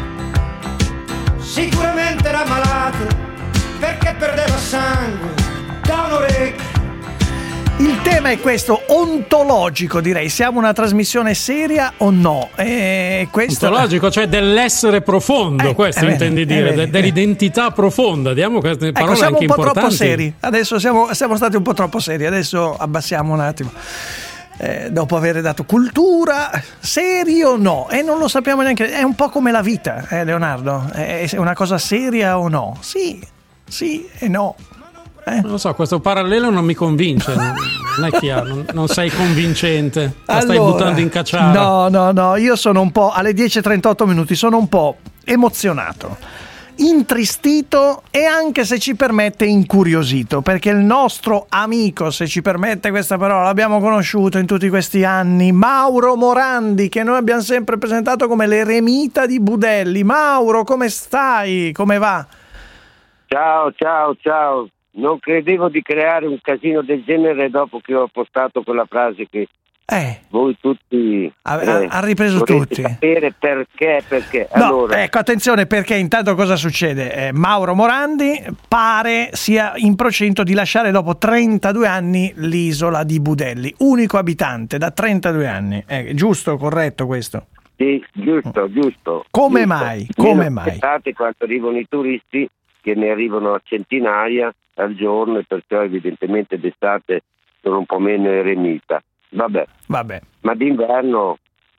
Sicuramente era malato perché perdeva sangue da un orecchio.
Il tema è questo, ontologico direi, siamo una trasmissione seria o no? Questo...
Ontologico, cioè dell'essere profondo, questo intendi dire, dell'identità profonda, diamo queste parole
siamo
anche
un po'
importanti.
Troppo seri, adesso siamo stati un po' troppo seri, adesso abbassiamo un attimo. Dopo aver dato cultura, seri o no? E non lo sappiamo neanche, è un po' come la vita, Leonardo, è una cosa seria o no? Sì e no.
Non lo so, questo parallelo non mi convince, non è chiaro, non sei convincente, la stai buttando in cacciara.
No, io sono un po', alle 10:38 minuti, sono un po' emozionato, intristito e anche, se ci permette, incuriosito, perché il nostro amico, se ci permette questa parola, l'abbiamo conosciuto in tutti questi anni, Mauro Morandi, che noi abbiamo sempre presentato come l'eremita di Budelli. Mauro, come stai? Come va?
Ciao. Non credevo di creare un casino del genere dopo che ho postato quella frase che voi tutti
ha ripreso tutti.
Sapere perché.
No,
allora,
ecco, attenzione, perché intanto cosa succede? Mauro Morandi pare sia in procinto di lasciare dopo 32 anni l'isola di Budelli, unico abitante da 32 anni. Giusto, corretto questo?
Sì, giusto.
Come mai?
Quando arrivano i turisti, che ne arrivano a centinaia al giorno, e perciò evidentemente d'estate sono un po' meno eremita. Vabbè. Ma d'inverno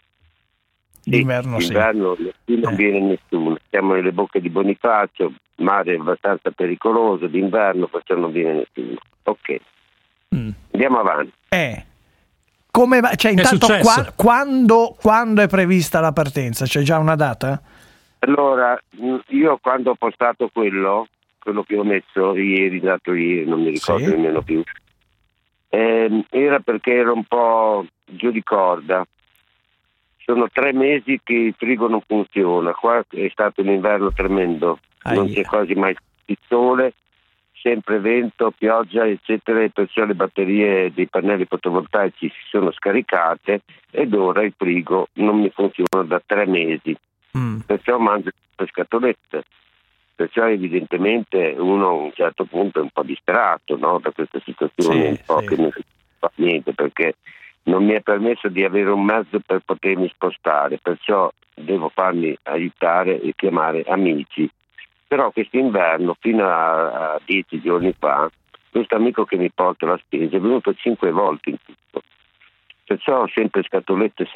non viene nessuno. Siamo nelle bocche di Bonifacio, mare abbastanza pericoloso, d'inverno, perciò non viene nessuno. Ok. Andiamo avanti.
Cioè, intanto quando è prevista la partenza? C'è già una data?
Allora, io quando ho postato quello che ho messo ieri, dato ieri, non mi ricordo nemmeno più, era perché era un po' giù di corda. Sono 3 mesi che il frigo non funziona, qua è stato un inverno tremendo, non c'è quasi mai il sole, sempre vento, pioggia, eccetera, e perciò le batterie dei pannelli fotovoltaici si sono scaricate ed ora il frigo non mi funziona da 3 mesi. Perciò mangio le scatolette, perciò evidentemente uno a un certo punto è un po' distratto, no? Da questa situazione, che non fa niente, perché non mi è permesso di avere un mezzo per potermi spostare, perciò devo farmi aiutare e chiamare amici. Però quest'inverno, fino a 10 giorni fa, questo amico che mi porta la spesa è venuto 5 volte in tutto. Perciò sempre scatolette.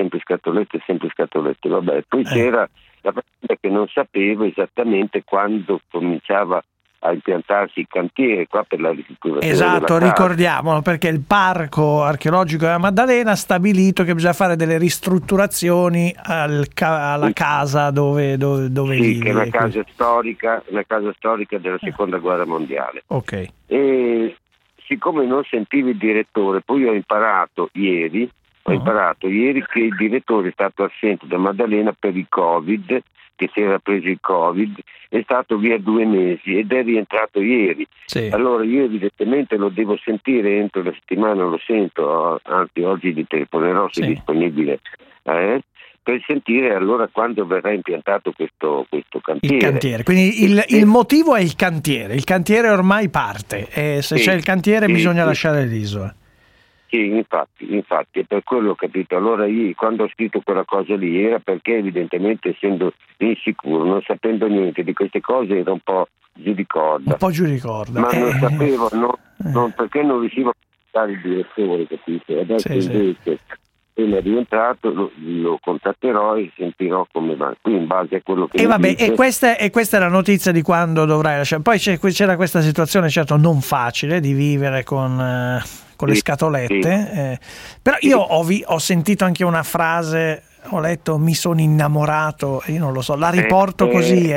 Vabbè, poi c'era la parte che non sapevo esattamente quando cominciava a impiantarsi il cantiere qua per la ristrutturazione.
Esatto, ricordiamolo, perché il Parco Archeologico della Maddalena ha stabilito che bisogna fare delle ristrutturazioni alla casa dove vive.
Che è una casa storica della Seconda Guerra Mondiale.
Ok.
E siccome non sentivo il direttore, poi ho imparato ieri che il direttore è stato assente da Maddalena per il Covid, che si era preso il Covid, è stato via 2 mesi ed è rientrato ieri. Allora io evidentemente lo devo sentire entro la settimana, lo sento, anzi oggi gli telefonerò se è disponibile, per sentire allora quando verrà impiantato questo cantiere.
Il cantiere, quindi il motivo è il cantiere ormai parte e se c'è il cantiere bisogna lasciare l'isola.
Sì, infatti, è per quello ho capito. Allora io quando ho scritto quella cosa lì era perché evidentemente essendo insicuro, non sapendo niente di queste cose, era un po' giù di corda. Ma non sapevo, perché non riuscivo a portare il direttore, capito? Adesso invece appena è rientrato lo contatterò e sentirò come va. Qui in base a quello che
e questa è la notizia di quando dovrai lasciare. Poi c'era questa situazione certo non facile di vivere con le scatolette, però io ho sentito anche una frase, ho letto mi sono innamorato, io non lo so, la riporto così.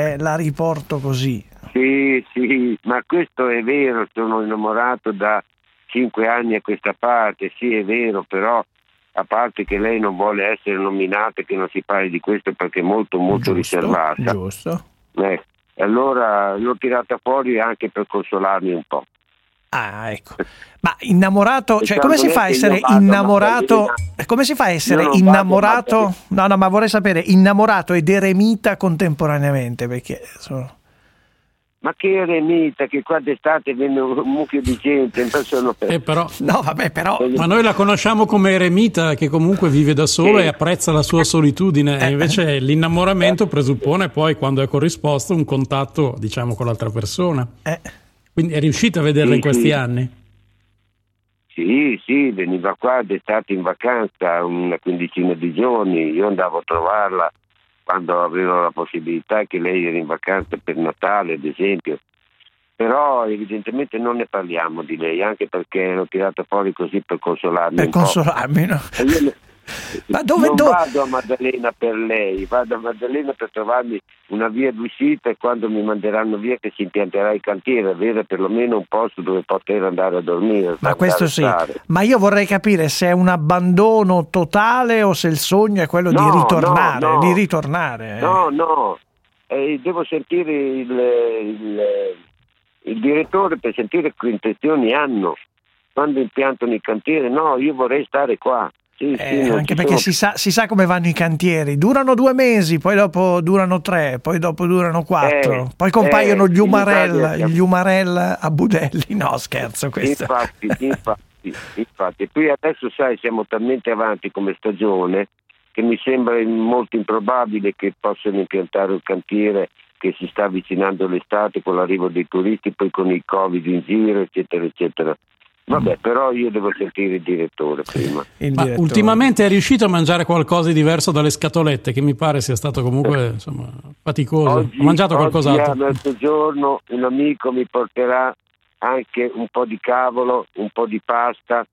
Sì, ma questo è vero, sono innamorato da 5 anni a questa parte, sì è vero, però a parte che lei non vuole essere nominata, che non si parli di questo perché è molto riservata.
Giusto.
Allora l'ho tirata fuori anche per consolarmi un po'.
Ah, ecco. Ma innamorato, cioè come si fa a essere innamorato? Come si fa a essere innamorato? No, ma vorrei sapere, innamorato ed eremita contemporaneamente, perché
Ma che eremita, che qua d'estate viene un mucchio di gente,
però.
No, vabbè, però.
Ma noi la conosciamo come eremita che comunque vive da sola e apprezza la sua solitudine, e invece l'innamoramento presuppone poi, quando è corrisposto, un contatto, diciamo, con l'altra persona. Quindi è riuscita a vederla in questi anni?
Sì, veniva qua d'estate in vacanza una quindicina di giorni, io andavo a trovarla quando avevo la possibilità, che lei era in vacanza per Natale ad esempio, però evidentemente non ne parliamo di lei, anche perché l'ho tirata fuori così per consolarmi un po'.
No? Ma
non vado a Maddalena per lei, vado a Maddalena per trovarmi una via d'uscita, e quando mi manderanno via che si impianterà il cantiere, avere perlomeno un posto dove poter andare a dormire.
Ma questo sì, ma io vorrei capire se è un abbandono totale o se il sogno è quello di ritornare.
No, devo sentire il direttore per sentire che intenzioni hanno quando impiantano il cantiere. No, io vorrei stare qua. Sì,
anche perché si sa come vanno i cantieri, durano 2 mesi, poi dopo durano 3, poi dopo durano 4, poi compaiono gli Umarell a Budelli. No, scherzo, questo.
Infatti, qui adesso sai, siamo talmente avanti come stagione che mi sembra molto improbabile che possano impiantare un cantiere, che si sta avvicinando l'estate con l'arrivo dei turisti, poi con il Covid in giro, eccetera eccetera. Vabbè, però io devo sentire il direttore prima.
Ma ultimamente è riuscito a mangiare qualcosa di diverso dalle scatolette, che mi pare sia stato comunque faticoso. Ho mangiato qualcos'altro.
Oggi a mezzogiorno un amico mi porterà anche un po' di cavolo, un po' di pasta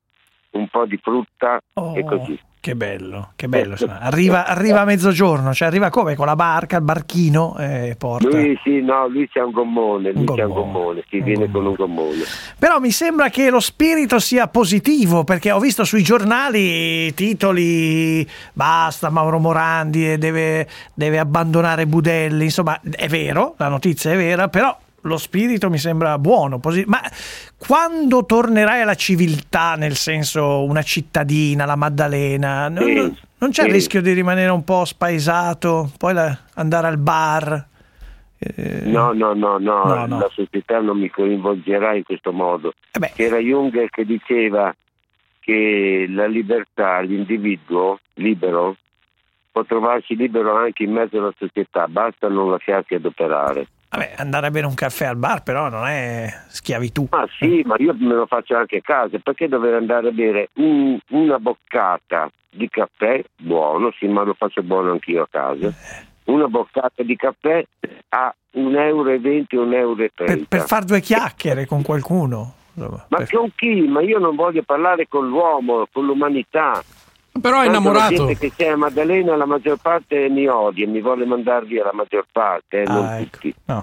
un po' di frutta e così.
Che bello. Arriva a mezzogiorno, cioè arriva come? Con la barca, il barchino e porta.
Lui c'ha un gommone, viene con un gommone.
Però mi sembra che lo spirito sia positivo, perché ho visto sui giornali titoli basta Mauro Morandi deve abbandonare Budelli, insomma è vero, la notizia è vera, però lo spirito mi sembra buono, ma quando tornerai alla civiltà, nel senso una cittadina, la Maddalena, non c'è il rischio di rimanere un po' spaesato, poi andare al bar?
No, la società non mi coinvolgerà in questo modo. C'era Jung che diceva che la libertà, l'individuo libero può trovarsi libero anche in mezzo alla società, basta non lasciarsi adoperare.
Andare a bere un caffè al bar però non è schiavitù.
Ma sì, ma io me lo faccio anche a casa, perché dover andare a bere una boccata di caffè buono, sì, ma lo faccio buono anch'io a casa. Una boccata di caffè a €1,20, €1,30.
Per far due chiacchiere con qualcuno.
Ma con chi? Ma io non voglio parlare con l'uomo, con l'umanità.
Però è innamorato.
La gente che c'è a Maddalena la maggior parte mi odia, mi vuole mandare via la maggior parte, non tutti.
No.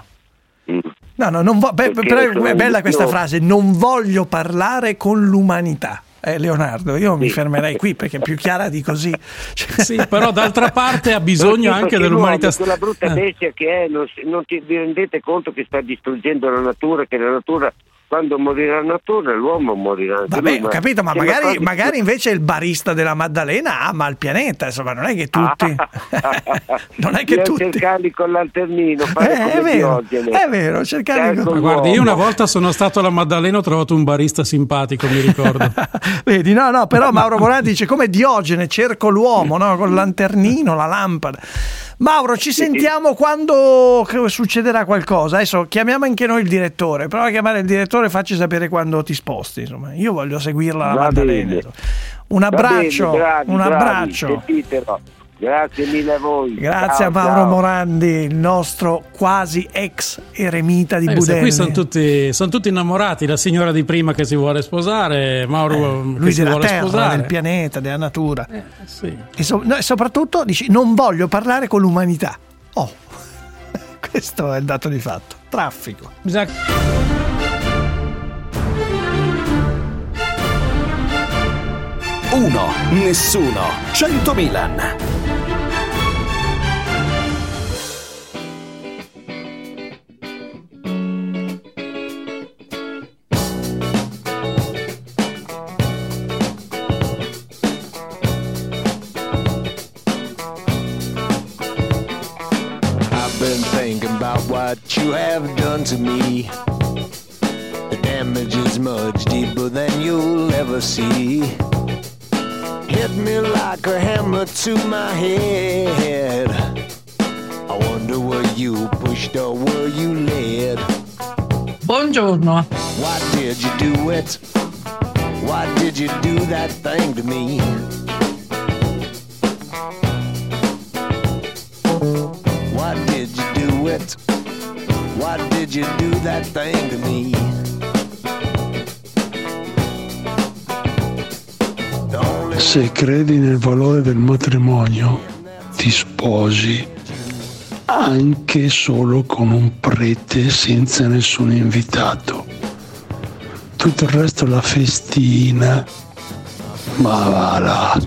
Però è bella questa frase, non voglio parlare con l'umanità. Leonardo, io mi fermerei qui perché è più chiara di così.
Sì, però d'altra parte ha bisogno anche dell'umanità.
Quella brutta bestia che è, non vi rendete conto che sta distruggendo la natura, che la natura, quando morirà la natura, l'uomo morirà anche lui.
Ho capito, ma magari invece il barista della Maddalena ama il pianeta, insomma, non è che tutti non è che tutti
cercarli con lanternino,
è vero, cercarli
con... Guardi, io una volta sono stato alla Maddalena, ho trovato un barista simpatico, mi ricordo.
Vedi, no, però Mauro Morandi dice come Diogene, cerco l'uomo, no, con il lanternino, la lampada. Mauro, ci sentiamo quando succederà qualcosa. Adesso chiamiamo anche noi il direttore. Prova a chiamare il direttore e facci sapere quando ti sposti. Insomma, io voglio seguirla alla Maddalena. Un abbraccio, un abbraccio.
Grazie mille a voi.
Grazie a Mauro Morandi, il nostro quasi ex eremita di Budelli.
Qui sono tutti innamorati, la signora di prima che si vuole sposare, Mauro
lui
che si
della
vuole
terra,
sposare.
del pianeta, della natura.
Sì.
E soprattutto dici non voglio parlare con l'umanità. Questo è il dato di fatto. Traffico.
Uno, nessuno, 100 Milan.
I've been thinking about what you have done to me. The damage is much deeper than you'll ever see. Hit me like a hammer to my head. I wonder were you pushed or were you led?
Buongiorno.
Why did you do it? Why did you do that thing to me? Why did you do it? Why did you do that thing to me?
Se credi nel valore del matrimonio, ti sposi anche solo con un prete senza nessun invitato. Tutto il resto la festina, ma va là.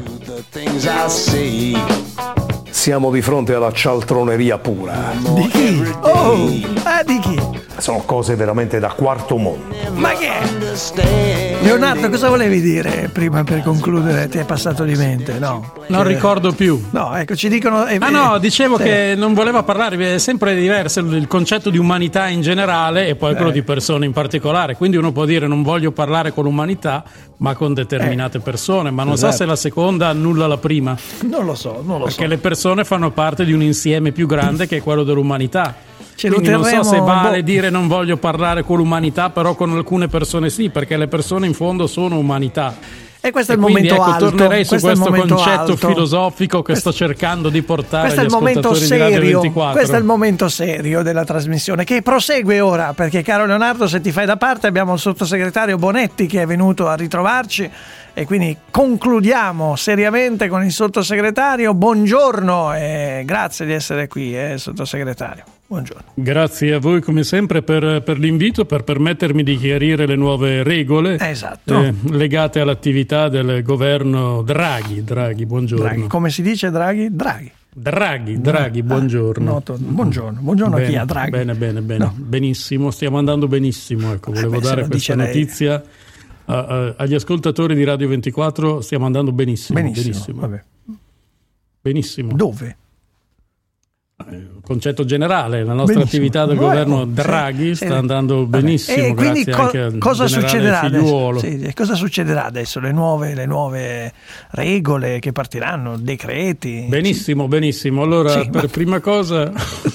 Siamo di fronte alla cialtroneria pura.
Di chi? Di chi?
Sono cose veramente da quarto mondo.
Ma che è? Leonardo, cosa volevi dire prima per concludere? Ti è passato di mente, no?
Non ricordo più.
No, ecco, ci dicono...
dicevo che non voleva parlare, è sempre diverso il concetto di umanità in generale e poi quello di persone in particolare. Quindi uno può dire non voglio parlare con l'umanità, ma con determinate persone, ma non so se la seconda annulla la prima.
Non lo so.
Perché le persone fanno parte di un insieme più grande che è quello dell'umanità. Quindi non so se vale dire non voglio parlare con l'umanità, però con alcune persone sì, perché le persone in fondo sono umanità.
E questo è il momento alto.
Tornerei su questo concetto
alto.
Filosofico che sto cercando di portare agli ascoltatori
serio,
di Radio 24.
Questo è il momento serio della trasmissione, che prosegue ora, perché caro Leonardo, se ti fai da parte, abbiamo il sottosegretario Bonetti che è venuto a ritrovarci e quindi concludiamo seriamente con il sottosegretario. Buongiorno e grazie di essere qui, sottosegretario. Buongiorno.
Grazie a voi come sempre per l'invito, per permettermi di chiarire le nuove regole legate all'attivivà del governo Draghi. Buongiorno.
Draghi. Come si dice Draghi? Draghi, buongiorno. Buongiorno
bene,
a chi? A Draghi?
Bene.
No.
Benissimo, stiamo andando benissimo. Ecco, volevo dare questa notizia agli ascoltatori di Radio 24, stiamo andando benissimo.
Vabbè.
Benissimo.
Dove?
Concetto generale, la nostra attività del governo Draghi sta andando benissimo.
E quindi
grazie anche
cosa succederà
Figliuolo.
adesso? Cosa succederà adesso? Le nuove regole che partiranno, decreti?
Benissimo. Allora, prima cosa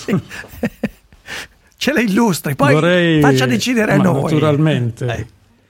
ce la illustri, poi faccia decidere a noi.
Naturalmente.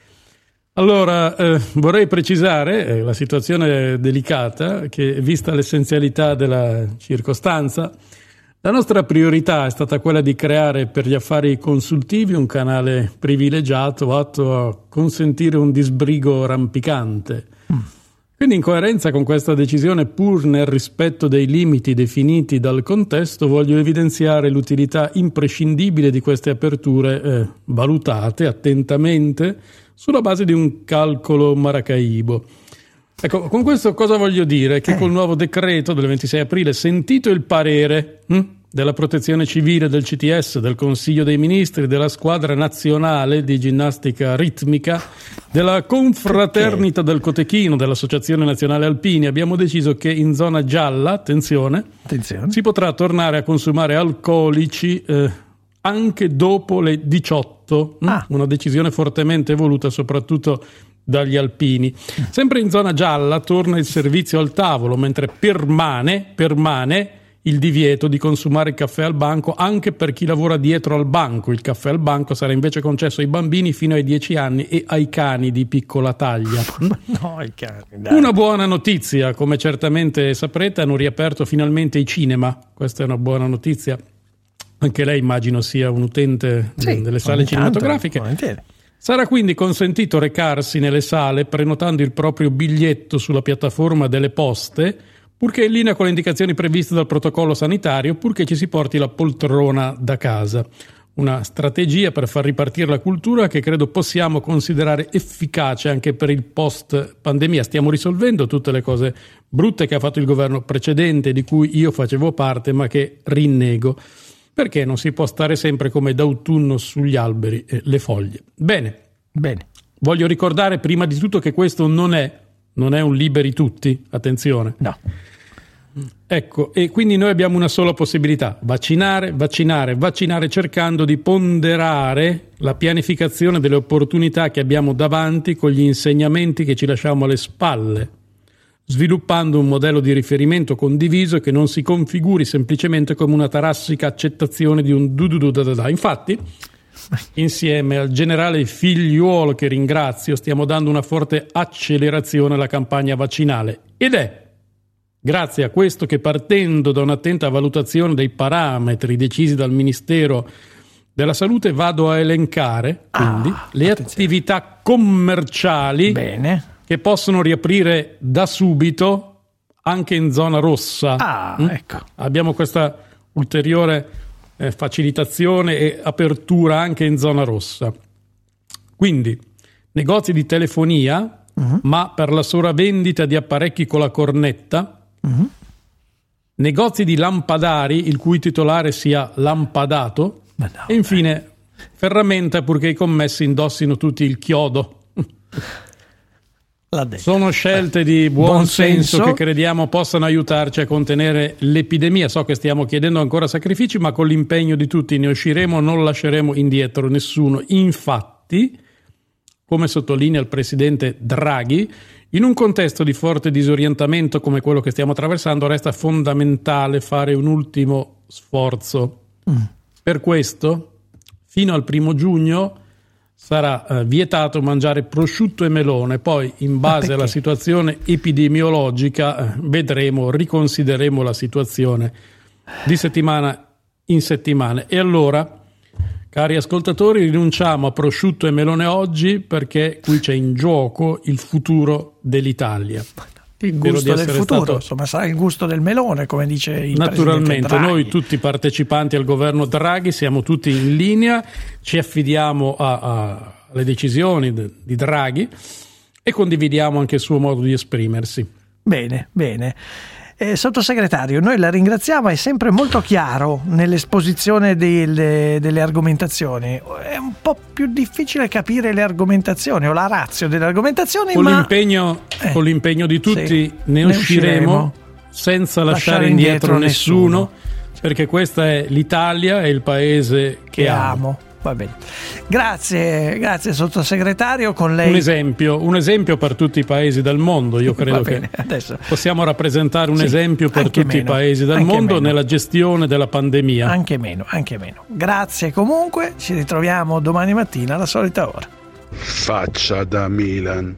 Allora, vorrei precisare la situazione delicata che, vista l'essenzialità della circostanza, la nostra priorità è stata quella di creare per gli affari consultivi un canale privilegiato atto a consentire un disbrigo rampicante. Quindi, in coerenza con questa decisione, pur nel rispetto dei limiti definiti dal contesto, voglio evidenziare l'utilità imprescindibile di queste aperture valutate attentamente sulla base di un calcolo maracaibo. Ecco, con questo cosa voglio dire? Che col nuovo decreto del 26 aprile, sentito il parere della Protezione Civile, del CTS, del Consiglio dei Ministri, della Squadra Nazionale di Ginnastica Ritmica, della Confraternita del Cotechino, dell'Associazione Nazionale Alpini, abbiamo deciso che in zona gialla, attenzione, si potrà tornare a consumare alcolici anche dopo le 18, una decisione fortemente voluta soprattutto dagli alpini. Sempre in zona gialla torna il servizio al tavolo, mentre permane il divieto di consumare il caffè al banco anche per chi lavora dietro al banco. Il caffè al banco sarà invece concesso ai bambini fino ai 10 anni e ai cani di piccola taglia.
No, ai cani, dai.
Una buona notizia, come certamente saprete, hanno riaperto finalmente i cinema. Questa è una buona notizia. Anche lei immagino sia un utente delle sale cinematografiche. Sarà quindi consentito recarsi nelle sale prenotando il proprio biglietto sulla piattaforma delle poste, purché in linea con le indicazioni previste dal protocollo sanitario, purché ci si porti la poltrona da casa. Una strategia per far ripartire la cultura che credo possiamo considerare efficace anche per il post-pandemia. Stiamo risolvendo tutte le cose brutte che ha fatto il governo precedente, di cui io facevo parte, ma che rinnego. Perché non si può stare sempre come d'autunno sugli alberi e le foglie. Bene. Voglio ricordare prima di tutto che questo non è un liberi tutti, attenzione.
No.
Ecco, e quindi noi abbiamo una sola possibilità: vaccinare, cercando di ponderare la pianificazione delle opportunità che abbiamo davanti con gli insegnamenti che ci lasciamo alle spalle, sviluppando un modello di riferimento condiviso che non si configuri semplicemente come una tarassica accettazione di un du-du-du-da-da-da. Infatti, insieme al generale Figliuolo, che ringrazio, stiamo dando una forte accelerazione alla campagna vaccinale. Ed è grazie a questo che, partendo da un'attenta valutazione dei parametri decisi dal Ministero della Salute, vado a elencare quindi le attività commerciali che possono riaprire da subito anche in zona rossa.
Ecco.
Abbiamo questa ulteriore facilitazione e apertura anche in zona rossa. Quindi negozi di telefonia, ma per la sola vendita di apparecchi con la cornetta, negozi di lampadari il cui titolare sia lampadato, e infine ferramenta purché i commessi indossino tutti il chiodo. Sono scelte di buon senso che crediamo possano aiutarci a contenere l'epidemia. So che stiamo chiedendo ancora sacrifici, ma con l'impegno di tutti ne usciremo, non lasceremo indietro nessuno. Infatti, come sottolinea il presidente Draghi, in un contesto di forte disorientamento come quello che stiamo attraversando, resta fondamentale fare un ultimo sforzo. Per questo, fino al 1 giugno, sarà vietato mangiare prosciutto e melone. Poi, in base alla situazione epidemiologica, riconsidereremo la situazione di settimana in settimana. E allora, cari ascoltatori, rinunciamo a prosciutto e melone oggi, perché qui c'è in gioco il futuro dell'Italia.
Il gusto del futuro, insomma, sarà il gusto del melone, come dice il
naturalmente
Draghi.
Noi tutti partecipanti al governo Draghi siamo tutti in linea, ci affidiamo alle decisioni di Draghi e condividiamo anche il suo modo di esprimersi.
Bene. Sottosegretario, noi la ringraziamo, è sempre molto chiaro nell'esposizione delle argomentazioni. È un po' più difficile capire le argomentazioni o la ratio delle argomentazioni,
con l'impegno di tutti ne usciremo senza lasciare indietro nessuno, perché questa è l'Italia, è il paese che amo.
Va bene. Grazie sottosegretario. Con lei
un esempio per tutti i paesi del mondo. Io credo che adesso possiamo rappresentare un esempio per tutti i paesi del mondo nella gestione della pandemia.
Anche meno. Grazie comunque, ci ritroviamo domani mattina alla solita ora.
Faccia da Milan.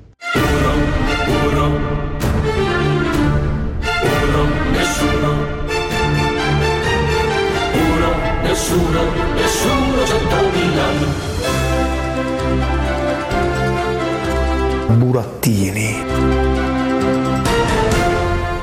Nessuno 100.000.
Burattini.